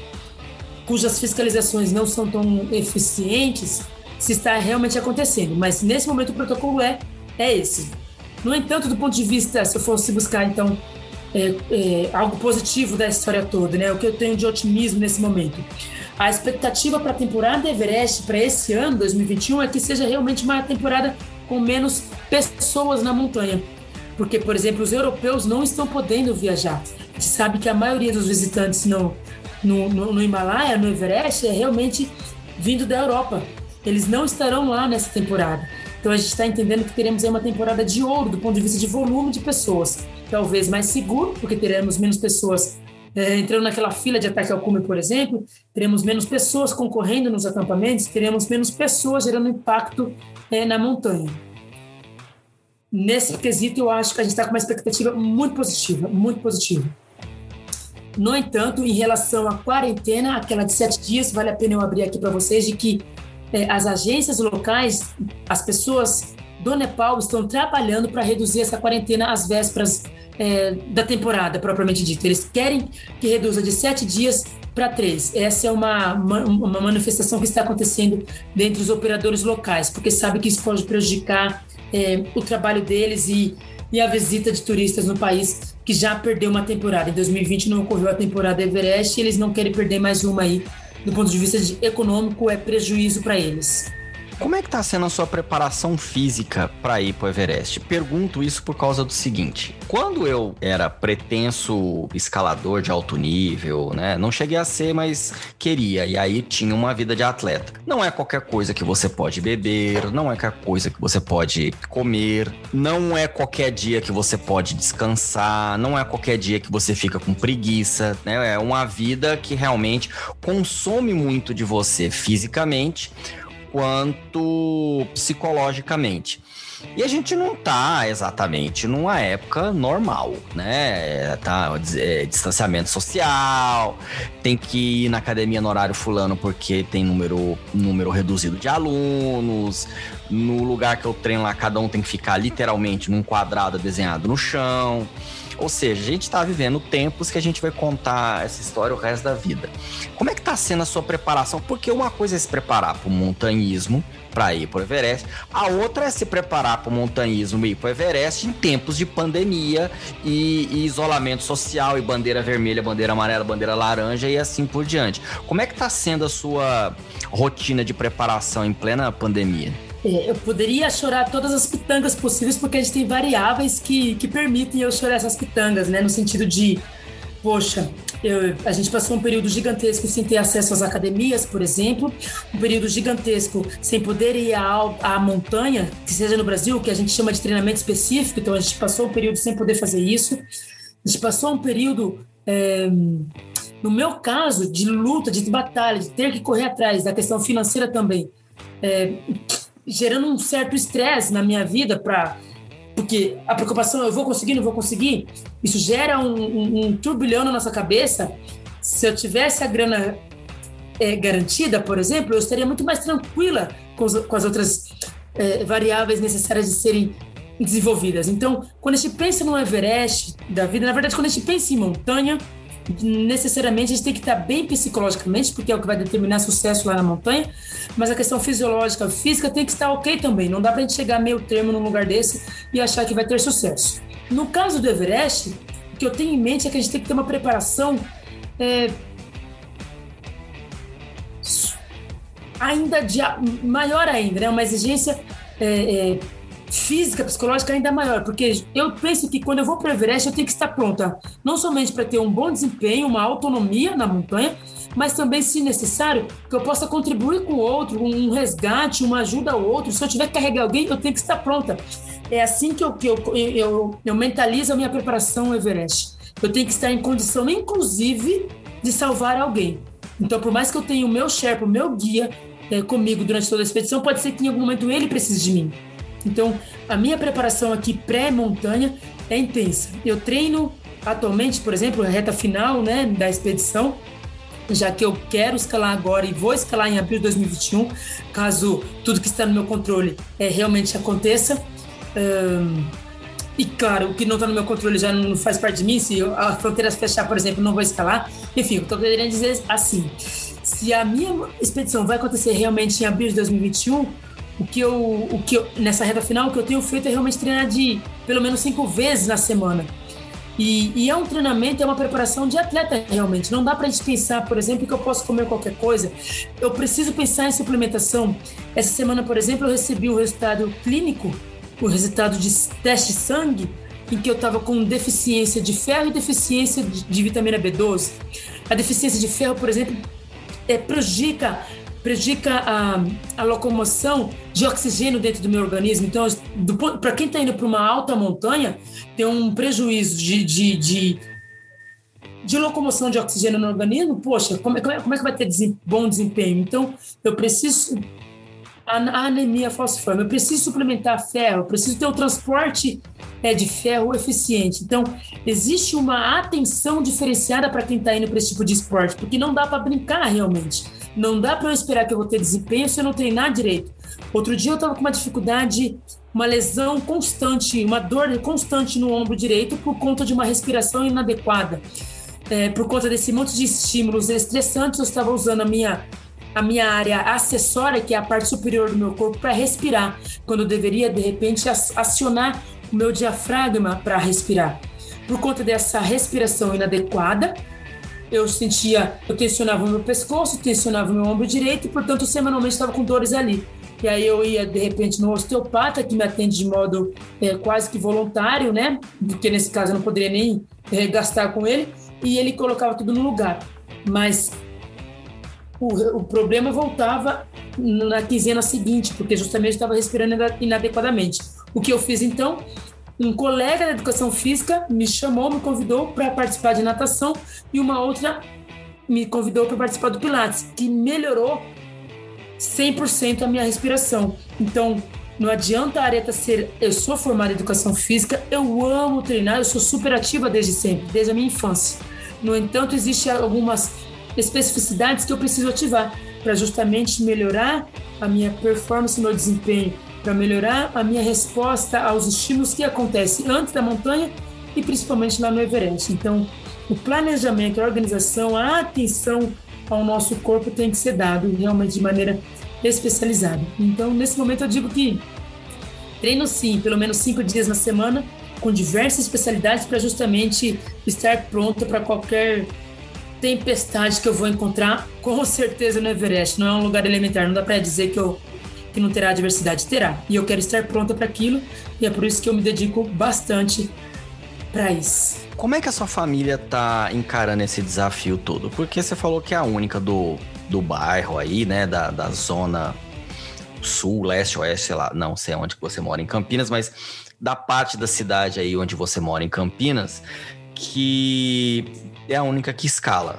cujas fiscalizações não são tão eficientes, se está realmente acontecendo, mas nesse momento o protocolo é, é esse. No entanto, do ponto de vista, se eu fosse buscar então é, é, algo positivo da história toda, né, o que eu tenho de otimismo nesse momento, a expectativa para a temporada Everest para esse ano, dois mil e vinte e um, é que seja realmente uma temporada com menos pessoas na montanha, porque, por exemplo, os europeus não estão podendo viajar. A gente sabe que a maioria dos visitantes no, no, no, no Himalaia, no Everest, é realmente vindo da Europa. Eles não estarão lá nessa temporada. Então a gente está entendendo que teremos aí uma temporada de ouro do ponto de vista de volume de pessoas. Talvez mais seguro, porque teremos menos pessoas é, entrando naquela fila de ataque ao cume, por exemplo. Teremos menos pessoas concorrendo nos acampamentos, teremos menos pessoas gerando impacto é, na montanha. Nesse quesito, eu acho que a gente está com uma expectativa muito positiva, muito positiva. No entanto, em relação à quarentena, aquela de sete dias, vale a pena eu abrir aqui para vocês de que as agências locais, as pessoas do Nepal estão trabalhando para reduzir essa quarentena às vésperas é, da temporada, propriamente dita. Eles querem que reduza de sete dias para três. Essa é uma, uma manifestação que está acontecendo dentre os operadores locais, porque sabe que isso pode prejudicar é, o trabalho deles e e a visita de turistas no país, que já perdeu uma temporada. Em dois mil e vinte não ocorreu a temporada Everest e eles não querem perder mais uma aí. Do ponto de vista de econômico, é prejuízo para eles. Como é que tá sendo a sua preparação física para ir pro Everest? Pergunto isso por causa do seguinte: quando eu era pretenso escalador de alto nível, né? Não cheguei a ser, mas queria. E aí tinha uma vida de atleta. Não é qualquer coisa que você pode beber, não é qualquer coisa que você pode comer, não é qualquer dia que você pode descansar, não é qualquer dia que você fica com preguiça, né? É uma vida que realmente consome muito de você fisicamente quanto psicologicamente. E a gente não tá exatamente numa época normal, né? Tá, é, distanciamento social, tem que ir na academia no horário fulano porque tem número, número reduzido de alunos, no lugar que eu treino lá, cada um tem que ficar literalmente num quadrado desenhado no chão. Ou seja, a gente tá vivendo tempos que a gente vai contar essa história o resto da vida. Como é que tá sendo a sua preparação? Porque uma coisa é se preparar para o montanhismo, para ir para o Everest. A outra é se preparar para o montanhismo e ir para o Everest em tempos de pandemia e, e isolamento social, e bandeira vermelha, bandeira amarela, bandeira laranja e assim por diante. Como é que tá sendo a sua rotina de preparação em plena pandemia? Eu poderia chorar todas as pitangas possíveis, porque a gente tem variáveis que, que permitem eu chorar essas pitangas, né? No sentido de, poxa, eu, a gente passou um período gigantesco sem ter acesso às academias, por exemplo, um período gigantesco sem poder ir à, à montanha, que seja no Brasil, que a gente chama de treinamento específico, então a gente passou um período sem poder fazer isso, a gente passou um período, é, no meu caso, de luta, de batalha, de ter que correr atrás da questão financeira também, é, gerando um certo estresse na minha vida, pra, porque a preocupação, eu vou conseguir, não vou conseguir, isso gera um, um, um turbilhão na nossa cabeça. Se eu tivesse a grana é, garantida, por exemplo, eu estaria muito mais tranquila com, os, com as outras é, variáveis necessárias de serem desenvolvidas. Então, quando a gente pensa no Everest da vida, na verdade, quando a gente pensa em montanha, necessariamente a gente tem que estar bem psicologicamente, porque é o que vai determinar sucesso lá na montanha, mas a questão fisiológica, física tem que estar ok também. Não dá pra gente chegar meio termo num lugar desse e achar que vai ter sucesso. No caso do Everest, o que eu tenho em mente é que a gente tem que ter uma preparação é, ainda de, maior ainda, né? Uma exigência é, é, física, psicológica ainda maior, porque eu penso que quando eu vou para o Everest eu tenho que estar pronta, não somente para ter um bom desempenho, uma autonomia na montanha, mas também, se necessário, que eu possa contribuir com o outro, um resgate, uma ajuda ao outro. Se eu tiver que carregar alguém, eu tenho que estar pronta. É assim que eu, que eu, eu, eu mentalizo a minha preparação ao Everest. Eu tenho que estar em condição, inclusive, de salvar alguém. Então, por mais que eu tenha o meu Sherpa, o meu guia é, comigo durante toda a expedição, pode ser que em algum momento ele precise de mim. Então, a minha preparação aqui pré-montanha é intensa. Eu treino atualmente, por exemplo, a reta final, né, da expedição, já que eu quero escalar agora e vou escalar em abril de dois mil e vinte e um, caso tudo que está no meu controle é, realmente aconteça. Um, e claro, o que não está no meu controle já não faz parte de mim. Se a fronteira fechar, por exemplo, não vou escalar. Enfim, eu estou querendo dizer assim, se a minha expedição vai acontecer realmente em abril de dois mil e vinte e um, O que, eu, o que eu, nessa reta final, o que eu tenho feito é realmente treinar de pelo menos cinco vezes na semana. E, e é um treinamento, é uma preparação de atleta realmente. Não dá pra gente pensar, por exemplo, que eu posso comer qualquer coisa. Eu preciso pensar em suplementação. Essa semana, por exemplo, eu recebi um resultado clínico, o resultado de teste de sangue, em que eu estava com deficiência de ferro e deficiência de, de vitamina B doze. A deficiência de ferro, por exemplo, é, prejudica... prejudica a, a locomoção de oxigênio dentro do meu organismo. Então, para quem está indo para uma alta montanha, tem um prejuízo de, de, de, de locomoção de oxigênio no organismo. Poxa, como é, como é que vai ter desem, bom desempenho? Então, eu preciso... A, a anemia falciforme, eu preciso suplementar ferro, eu preciso ter o transporte é, de ferro eficiente. Então, existe uma atenção diferenciada para quem está indo para esse tipo de esporte, porque não dá para brincar realmente. Não dá para eu esperar que eu vou ter desempenho se eu não treinar direito. Outro dia eu estava com uma dificuldade, uma lesão constante, uma dor constante no ombro direito por conta de uma respiração inadequada. É, por conta desse monte de estímulos estressantes, eu estava usando a minha, a minha área acessória, que é a parte superior do meu corpo, para respirar, quando eu deveria, de repente, acionar o meu diafragma para respirar. Por conta dessa respiração inadequada, eu sentia, eu tensionava o meu pescoço, tensionava o meu ombro direito, e, portanto, semanalmente estava com dores ali. E aí eu ia, de repente, no osteopata, que me atende de modo é, quase que voluntário, né? Porque nesse caso eu não poderia nem é, gastar com ele, e ele colocava tudo no lugar. Mas o, o problema voltava na quinzena seguinte, porque justamente eu estava respirando inadequadamente. O que eu fiz, então? Um colega da educação física me chamou, me convidou para participar de natação, e uma outra me convidou para participar do Pilates, que melhorou cem por cento a minha respiração. Então, não adianta a Aretha ser... Eu sou formada em educação física, eu amo treinar, eu sou super ativa desde sempre, desde a minha infância. No entanto, existem algumas especificidades que eu preciso ativar para justamente melhorar a minha performance, meu desempenho, para melhorar a minha resposta aos estímulos que acontecem antes da montanha e principalmente lá no Everest. Então, o planejamento, a organização, a atenção ao nosso corpo tem que ser dado realmente de maneira especializada. Então, nesse momento eu digo que treino sim, pelo menos cinco dias na semana, com diversas especialidades para justamente estar pronto para qualquer tempestade que eu vou encontrar, com certeza no Everest. Não é um lugar elementar, não dá para dizer que eu que não terá adversidade, terá. E eu quero estar pronta para aquilo, e é por isso que eu me dedico bastante para isso. Como é que a sua família tá encarando esse desafio todo? Porque você falou que é a única do, do bairro aí, né, da, da zona sul, leste, oeste, sei lá, não sei onde que você mora em Campinas, mas da parte da cidade aí onde você mora em Campinas, que é a única que escala.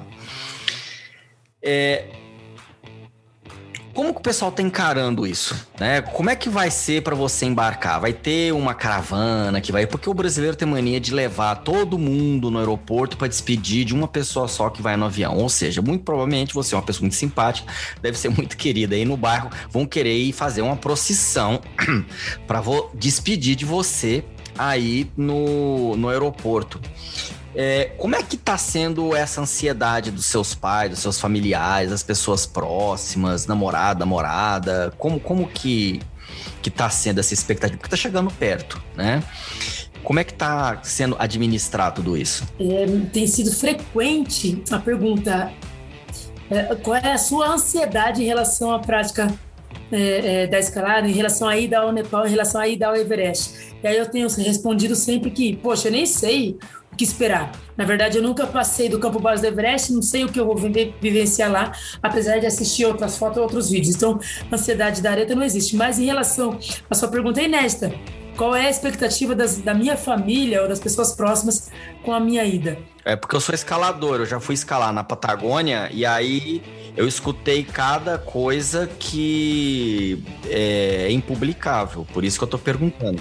É... Como que o pessoal tá encarando isso, né? Como é que vai ser para você embarcar? Vai ter uma caravana que vai... Porque o brasileiro tem mania de levar todo mundo no aeroporto para despedir de uma pessoa só que vai no avião. Ou seja, muito provavelmente você é uma pessoa muito simpática, deve ser muito querida aí no bairro, vão querer ir fazer uma procissão para despedir de você aí no, no aeroporto. É, como é que tá sendo essa ansiedade dos seus pais, dos seus familiares, das pessoas próximas, namorada, namorada? Como, como que, que tá sendo essa expectativa? Porque tá chegando perto, né? Como é que tá sendo administrar tudo isso? É, tem sido frequente a pergunta, é, qual é a sua ansiedade em relação à prática é, é, da escalada, em relação à ida ao Nepal, em relação à ida ao Everest? E aí eu tenho respondido sempre que, poxa, eu nem sei o que esperar. Na verdade, eu nunca passei do campo base do Everest, não sei o que eu vou vivenciar lá, apesar de assistir outras fotos, outros vídeos. Então, a ansiedade da Aretha não existe. Mas em relação à sua pergunta inédita, qual é a expectativa das, da minha família ou das pessoas próximas com a minha ida? É porque eu sou escalador, eu já fui escalar na Patagônia e aí eu escutei cada coisa que é impublicável, por isso que eu tô perguntando.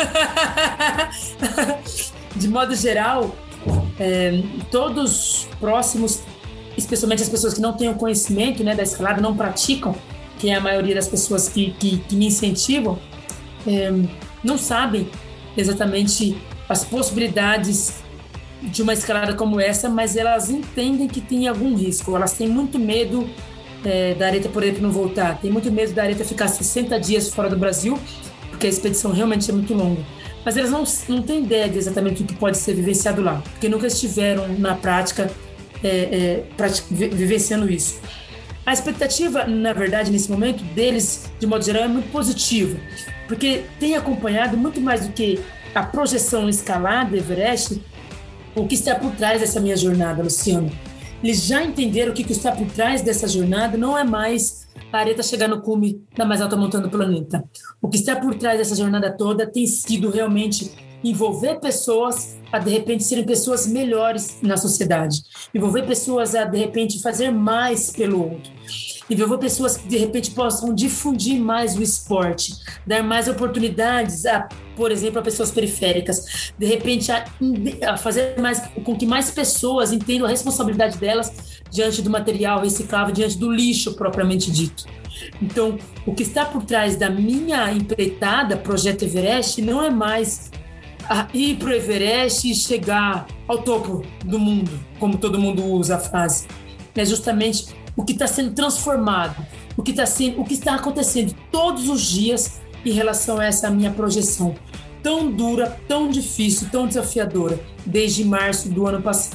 De modo geral, é, todos próximos, especialmente as pessoas que não têm o conhecimento, né, da escalada, não praticam, que é a maioria das pessoas que, que, que me incentivam, é, não sabem exatamente as possibilidades de uma escalada como essa, mas elas entendem que tem algum risco. Elas têm muito medo é, da Aretha, por exemplo, não voltar. Tem muito medo da Aretha ficar sessenta dias fora do Brasil, porque a expedição realmente é muito longa. Mas elas não, não têm ideia de exatamente o que pode ser vivenciado lá, porque nunca estiveram na prática é, é, pratic, vivenciando isso. A expectativa, na verdade, nesse momento, deles, de modo geral, é muito positiva, porque tem acompanhado muito mais do que a projeção escalada Everest, o que está por trás dessa minha jornada, Luciano. Eles já entenderam que o que está por trás dessa jornada não é mais a Aretha chegar no cume da mais alta montanha do planeta. O que está por trás dessa jornada toda tem sido realmente envolver pessoas a, de repente, serem pessoas melhores na sociedade. Envolver pessoas a, de repente, fazer mais pelo outro. Envolver pessoas que, de repente, possam difundir mais o esporte, dar mais oportunidades, a, por exemplo, a pessoas periféricas. De repente, a, a fazer mais, com que mais pessoas entendam a responsabilidade delas diante do material reciclável, diante do lixo propriamente dito. Então, o que está por trás da minha empreitada, Projeto Everest, não é mais a ir para o Everest e chegar ao topo do mundo, como todo mundo usa a frase. É justamente o que está sendo transformado, o que está sendo, o que está acontecendo todos os dias em relação a essa minha projeção. tão dura, tão difícil, tão desafiadora desde março do ano passado.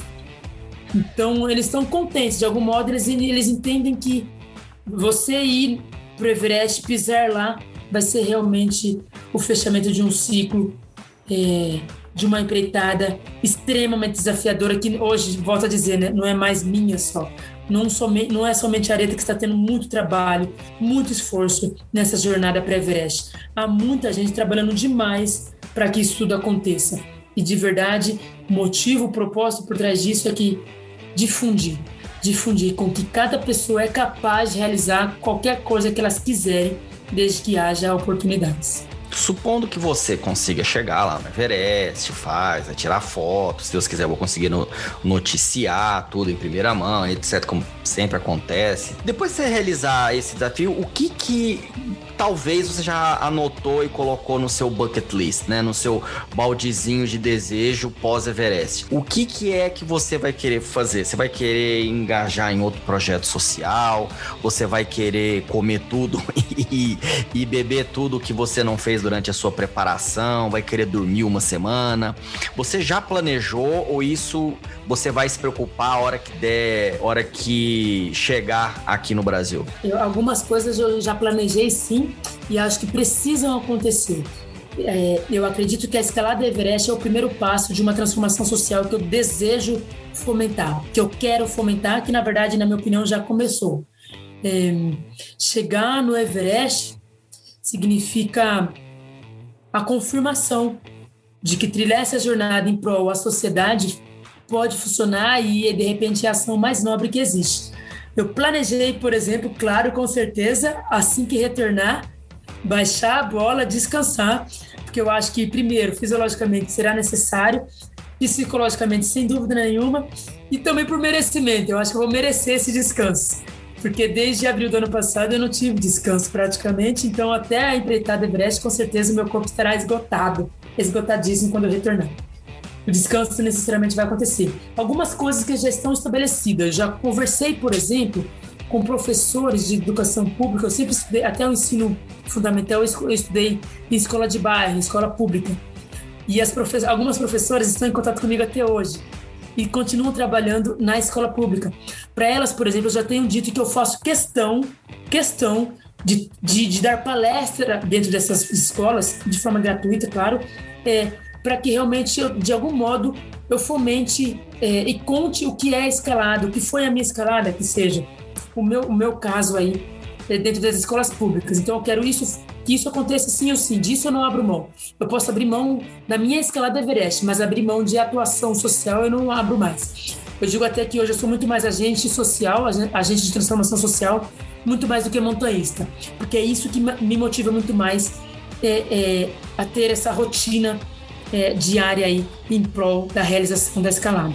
Então, eles estão contentes. De algum modo, eles, eles entendem que você ir para o Everest, pisar lá, vai ser realmente o fechamento de um ciclo, é, de uma empreitada extremamente desafiadora, que hoje, volto a dizer, né, não é mais minha só. Não, somente, não é somente a Areta que está tendo muito trabalho, muito esforço nessa jornada para Everest. Há muita gente trabalhando demais para que isso tudo aconteça. E, de verdade, o motivo, o propósito por trás disso é que difundir, difundir com que cada pessoa é capaz de realizar qualquer coisa que elas quiserem, desde que haja oportunidades. Supondo que você consiga chegar lá no Everest, faz, vai tirar fotos, se Deus quiser eu vou conseguir no, noticiar tudo em primeira mão, etcétera, como sempre acontece. Depois de você realizar esse desafio, o que que talvez você já anotou e colocou no seu bucket list, né? No seu baldezinho de desejo pós-Everest? O que que é que você vai querer fazer? Você vai querer engajar em outro projeto social? Você vai querer comer tudo e, e beber tudo que você não fez durante a sua preparação? Vai querer dormir uma semana? Você já planejou ou isso você vai se preocupar a hora que der, a hora que chegar aqui no Brasil? Eu, algumas coisas eu já planejei sim e acho que precisam acontecer. É, eu acredito que a escalada Everest é o primeiro passo de uma transformação social que eu desejo fomentar, que eu quero fomentar, que na verdade, na minha opinião, já começou. É, chegar no Everest significa a confirmação de que trilhar essa jornada em prol à sociedade pode funcionar e, de repente, é a ação mais nobre que existe. Eu planejei, por exemplo, claro, com certeza, assim que retornar, baixar a bola, descansar, porque eu acho que, primeiro, fisiologicamente será necessário, psicologicamente, sem dúvida nenhuma, e também por merecimento. Eu acho que eu vou merecer esse descanso, porque desde abril do ano passado eu não tive descanso praticamente, então até a empreitada Everest, com certeza, o meu corpo estará esgotado, esgotadíssimo quando eu retornar. O descanso necessariamente vai acontecer. Algumas coisas que já estão estabelecidas. Já conversei, por exemplo, com professores de educação pública. Eu sempre estudei, até o ensino fundamental, eu estudei em escola de bairro, em escola pública. E as profe- algumas professoras estão em contato comigo até hoje e continuam trabalhando na escola pública. Para elas, por exemplo, eu já tenho dito que eu faço questão, questão de, de, de dar palestra dentro dessas escolas, de forma gratuita, claro, é, para que realmente, eu, de algum modo, eu fomente é, e conte o que é a escalada, o que foi a minha escalada, que seja o meu, o meu caso aí, é, dentro das escolas públicas. Então, eu quero isso, que isso aconteça sim ou sim, disso eu não abro mão. Eu posso abrir mão da minha escalada Everest, mas abrir mão de atuação social eu não abro mais. Eu digo até que hoje eu sou muito mais agente social, agente de transformação social, muito mais do que montanhista, porque é isso que me motiva muito mais é, é, a ter essa rotina É, diária aí em prol da realização da escalada.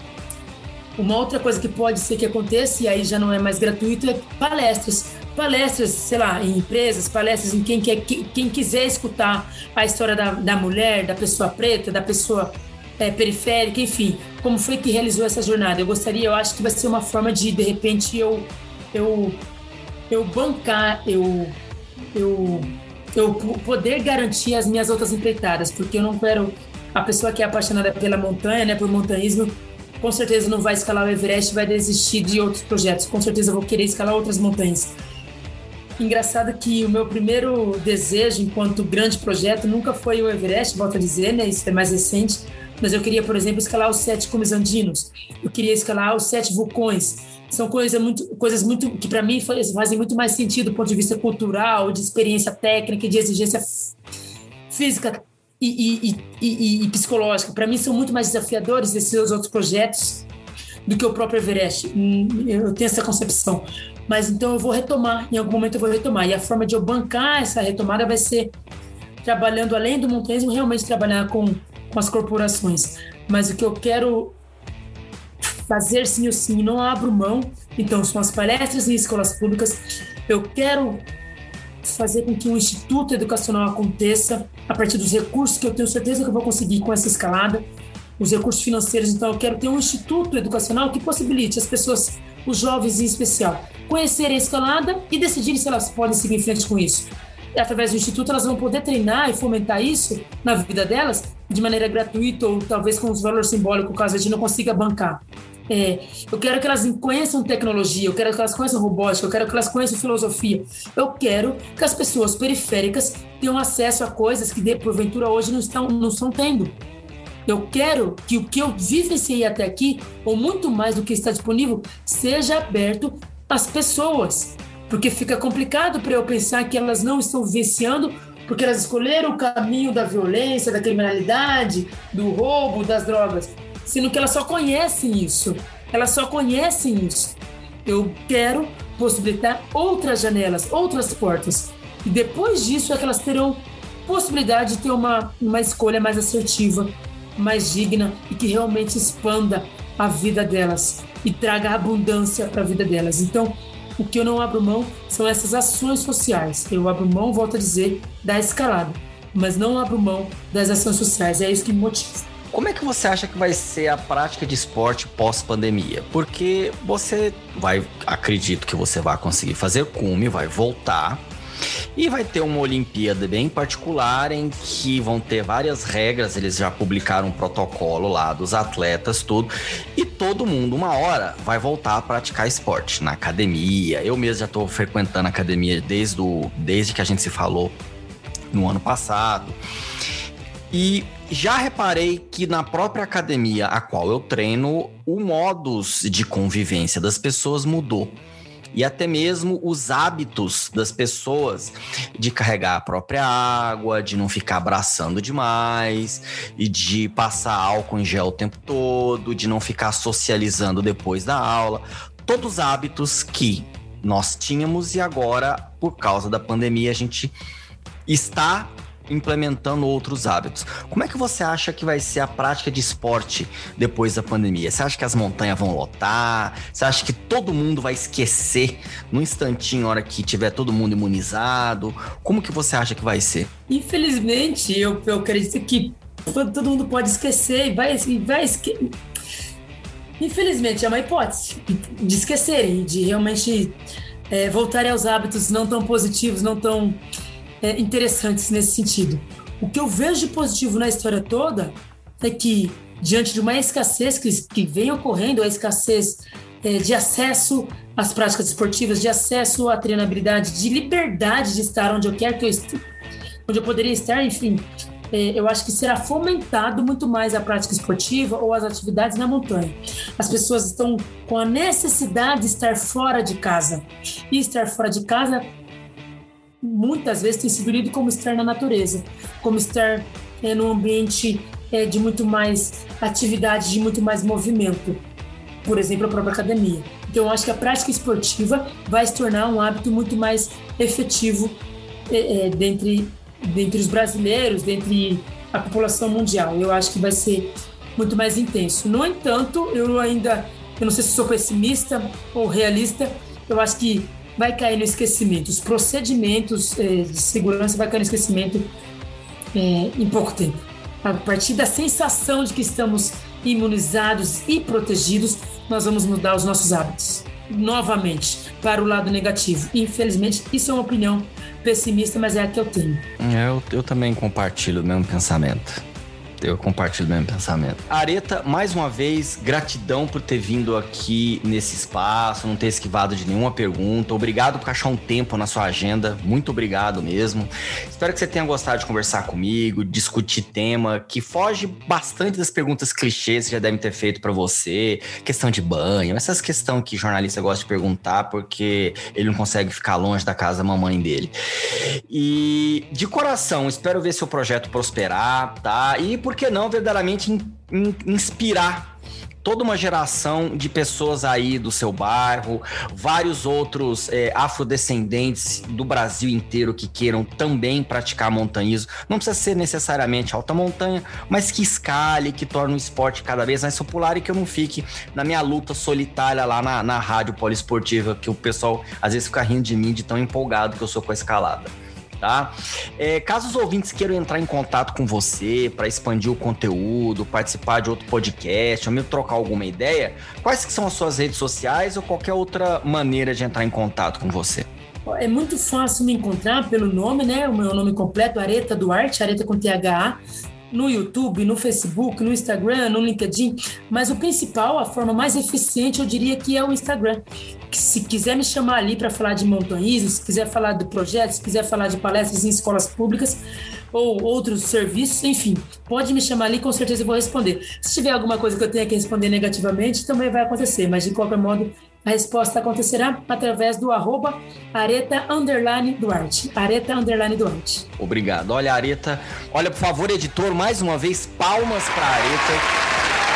Uma outra coisa que pode ser que aconteça, e aí já não é mais gratuito, é palestras. Palestras, sei lá, em empresas, palestras em quem, quer, quem quiser escutar a história da, da mulher, da pessoa preta, da pessoa é, periférica, enfim, como foi que realizou essa jornada. Eu gostaria, eu acho que vai ser uma forma de, de repente, eu, eu, eu bancar, eu... eu eu poder garantir as minhas outras empreitadas, porque eu não quero... A pessoa que é apaixonada pela montanha, né, por montanhismo, com certeza não vai escalar o Everest e vai desistir de outros projetos. Com certeza eu vou querer escalar outras montanhas. Engraçado que o meu primeiro desejo enquanto grande projeto nunca foi o Everest, volto a dizer, né, isso é mais recente, mas eu queria, por exemplo, escalar os sete cumes andinos. Eu queria escalar os sete vulcões. São coisa muito, coisas muito que, para mim, fazem muito mais sentido do ponto de vista cultural, de experiência técnica, de exigência física e, e, e, e psicológica. Para mim, são muito mais desafiadores esses outros projetos do que o próprio Everest. Eu tenho essa concepção. Mas, então, eu vou retomar. Em algum momento, eu vou retomar. E a forma de eu bancar essa retomada vai ser trabalhando, além do montanhismo, realmente trabalhar com, com as corporações. Mas o que eu quero... fazer sim ou sim, não abro mão. Então, são as palestras em escolas públicas. Eu quero fazer com que um instituto educacional aconteça a partir dos recursos que eu tenho certeza que eu vou conseguir com essa escalada, os recursos financeiros. Então, eu quero ter um instituto educacional que possibilite as pessoas, os jovens em especial, conhecerem a escalada e decidirem se elas podem seguir em frente com isso. através do Instituto, elas vão poder treinar e fomentar isso na vida delas de maneira gratuita ou talvez com um valor simbólico, caso a gente não consiga bancar. É, eu quero que elas conheçam tecnologia, eu quero que elas conheçam robótica, eu quero que elas conheçam filosofia. Eu quero que as pessoas periféricas tenham acesso a coisas que, de, porventura, hoje não estão, não estão tendo. Eu quero que o que eu vivenciei até aqui, ou muito mais do que está disponível, seja aberto às pessoas. Porque fica complicado para eu pensar que elas não estão vivenciando porque elas escolheram o caminho da violência, da criminalidade, do roubo, das drogas. Sendo que elas só conhecem isso. Elas só conhecem isso. Eu quero possibilitar outras janelas, outras portas. E depois disso é que elas terão possibilidade de ter uma, uma escolha mais assertiva, mais digna e que realmente expanda a vida delas e traga abundância para a vida delas. Então, o que eu não abro mão são essas ações sociais. Eu abro mão, volto a dizer, da escalada, mas não abro mão das ações sociais. É isso que me motiva. Como é que você acha que vai ser a prática de esporte pós-pandemia? Porque você vai, acredito que você vai conseguir fazer cume, vai voltar e vai ter uma Olimpíada bem particular em que vão ter várias regras, eles já publicaram um protocolo lá dos atletas, tudo, e todo mundo, uma hora, vai voltar a praticar esporte na academia. Eu mesmo já estou frequentando a academia desde, o, desde que a gente se falou no ano passado. E já reparei que na própria academia a qual eu treino, o modus de convivência das pessoas mudou. E até mesmo os hábitos das pessoas de carregar a própria água, de não ficar abraçando demais, e de passar álcool em gel o tempo todo, de não ficar socializando depois da aula. Todos hábitos que nós tínhamos e agora, por causa da pandemia, a gente está implementando outros hábitos. Como é que você acha que vai ser a prática de esporte depois da pandemia? Você acha que as montanhas vão lotar? Você acha que todo mundo vai esquecer no instantinho, na hora que tiver todo mundo imunizado? Como que você acha que vai ser? Infelizmente, eu, eu acredito que todo mundo pode esquecer e vai, vai esquecer. Infelizmente, é uma hipótese de esquecerem, de realmente é, voltarem aos hábitos não tão positivos, não tão É, interessantes nesse sentido. O que eu vejo de positivo na história toda é que, diante de uma escassez que, que vem ocorrendo, a escassez é, de acesso às práticas esportivas, de acesso à treinabilidade, de liberdade de estar onde eu quero que eu esteja, onde eu poderia estar, enfim, é, eu acho que será fomentado muito mais a prática esportiva ou as atividades na montanha. As pessoas estão com a necessidade de estar fora de casa. E estar fora de casa muitas vezes tem sido lido como estar na natureza, como estar é, num ambiente é, de muito mais atividade, de muito mais movimento, por exemplo, a própria academia. Então, eu acho que a prática esportiva vai se tornar um hábito muito mais efetivo é, é, dentre, dentre os brasileiros, dentre a população mundial. Eu acho que vai ser muito mais intenso. No entanto, eu ainda, eu não sei se sou pessimista ou realista, eu acho que vai cair no esquecimento. Os procedimentos eh, de segurança vai cair no esquecimento eh, em pouco tempo. A partir da sensação de que estamos imunizados e protegidos, nós vamos mudar os nossos hábitos novamente para o lado negativo. Infelizmente, isso é uma opinião pessimista, mas é a que eu tenho. Eu, eu também compartilho o mesmo pensamento. Eu compartilho o mesmo pensamento. Areta, mais uma vez, gratidão por ter vindo aqui nesse espaço, não ter esquivado de nenhuma pergunta. Obrigado por achar um tempo na sua agenda. Muito obrigado mesmo. Espero que você tenha gostado de conversar comigo, discutir tema que foge bastante das perguntas clichês que já devem ter feito pra você. Questão de banho, essas questões que jornalista gosta de perguntar porque ele não consegue ficar longe da casa da mamãe dele. E, de coração, espero ver seu projeto prosperar, tá? E por que não verdadeiramente in, in, inspirar toda uma geração de pessoas aí do seu bairro, vários outros é, afrodescendentes do Brasil inteiro que queiram também praticar montanhismo. Não precisa ser necessariamente alta montanha, mas que escale, que torne o esporte cada vez mais popular e que eu não fique na minha luta solitária lá na, na rádio poliesportiva, que o pessoal às vezes fica rindo de mim de tão empolgado que eu sou com a escalada. Tá? É, caso os ouvintes queiram entrar em contato com você para expandir o conteúdo, participar de outro podcast, ou mesmo trocar alguma ideia, quais que são as suas redes sociais ou qualquer outra maneira de entrar em contato com você? É muito fácil me encontrar pelo nome, né? O meu nome completo, Areta Duarte, Areta com T H A, no YouTube, no Facebook, no Instagram, no LinkedIn, mas o principal, a forma mais eficiente, eu diria que é o Instagram. Se quiser me chamar ali para falar de montanhismo, se quiser falar de projetos, se quiser falar de palestras em escolas públicas ou outros serviços, enfim, pode me chamar ali, com certeza eu vou responder. Se tiver alguma coisa que eu tenha que responder negativamente, também vai acontecer, mas de qualquer modo, a resposta acontecerá através do arroba Areta underline Duarte. Areta underline Duarte. Obrigado. Olha, Areta, olha, por favor, editor, mais uma vez, palmas para a Areta.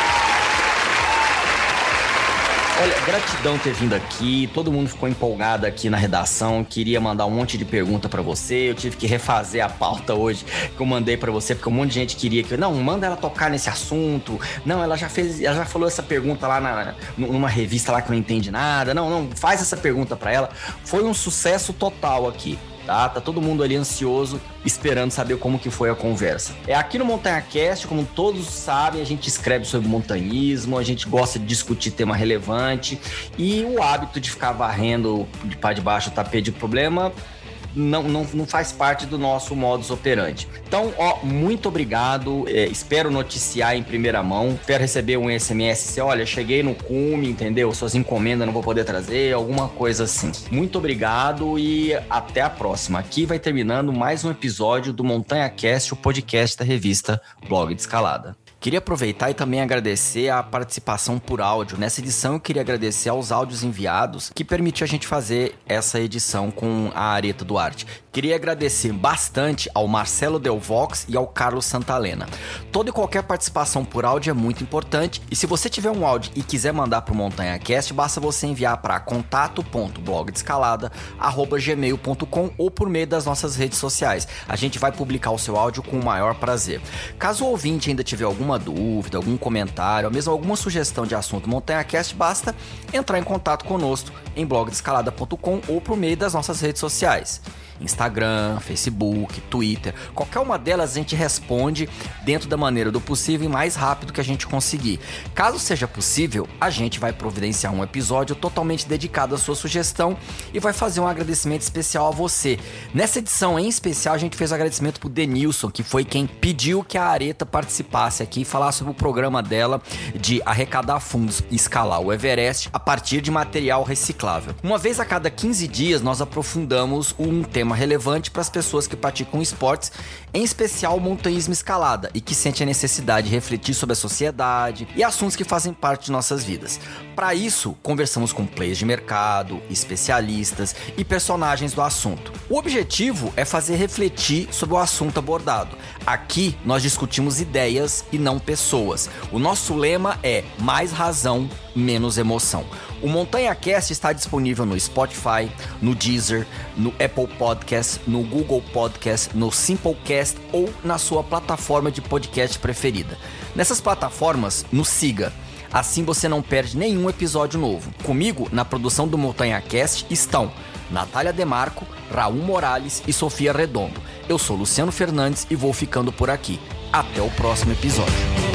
Olha, gratidão ter vindo aqui, todo mundo ficou empolgado aqui na redação, queria mandar um monte de pergunta pra você, eu tive que refazer a pauta hoje que eu mandei pra você, porque um monte de gente queria que, não, manda ela tocar nesse assunto, não, ela já fez, ela já falou essa pergunta lá na, numa revista lá que não entende nada, não, não, faz essa pergunta pra ela. Foi um sucesso total aqui. Tá? Tá todo mundo ali ansioso, esperando saber como que foi a conversa. É aqui no MontanhaCast, como todos sabem, a gente escreve sobre montanhismo, a gente gosta de discutir tema relevante e o hábito de ficar varrendo de pá de baixo o tapete de problema Não, não, não faz parte do nosso modus operandi. Então, ó, muito obrigado. É, espero noticiar em primeira mão. Espero receber um S M S se, olha, cheguei no cume, entendeu? Suas encomendas não vou poder trazer, alguma coisa assim. Muito obrigado e até a próxima. Aqui vai terminando mais um episódio do MontanhaCast, o podcast da revista Blog de Escalada. Queria aproveitar e também agradecer a participação por áudio. Nessa edição eu queria agradecer aos áudios enviados que permitiu a gente fazer essa edição com a Areta Duarte. Queria agradecer bastante ao Marcelo Delvox e ao Carlos Santalena. Toda e qualquer participação por áudio é muito importante e se você tiver um áudio e quiser mandar para o MontanhaCast, basta você enviar para contato ponto blog de escalada arroba gmail ponto com ou por meio das nossas redes sociais. A gente vai publicar o seu áudio com o maior prazer. Caso o ouvinte ainda tiver alguma dúvida, algum comentário, ou mesmo alguma sugestão de assunto MontanhaCast, basta entrar em contato conosco em blog de escalada ponto com ou por meio das nossas redes sociais. Instagram, Facebook, Twitter, qualquer uma delas a gente responde dentro da maneira do possível e mais rápido que a gente conseguir. Caso seja possível, a gente vai providenciar um episódio totalmente dedicado à sua sugestão e vai fazer um agradecimento especial a você. Nessa edição em especial a gente fez um agradecimento pro Denilson, que foi quem pediu que a Areta participasse aqui e falasse sobre o programa dela de arrecadar fundos e escalar o Everest a partir de material reciclável. Uma vez a cada quinze dias nós aprofundamos um tema relevante para as pessoas que praticam esportes, em especial o montanhismo escalada, e que sentem a necessidade de refletir sobre a sociedade e assuntos que fazem parte de nossas vidas. Para isso, conversamos com players de mercado, especialistas e personagens do assunto. O objetivo é fazer refletir sobre o assunto abordado. Aqui nós discutimos ideias e não pessoas. O nosso lema é mais razão, menos emoção. O MontanhaCast está disponível no Spotify, no Deezer, no Apple Podcast, no Google Podcast, no Simplecast ou na sua plataforma de podcast preferida. Nessas plataformas, nos siga. Assim você não perde nenhum episódio novo. Comigo, na produção do MontanhaCast, estão Natália Demarco, Raul Morales e Sofia Redondo. Eu sou Luciano Fernandes e vou ficando por aqui. Até o próximo episódio.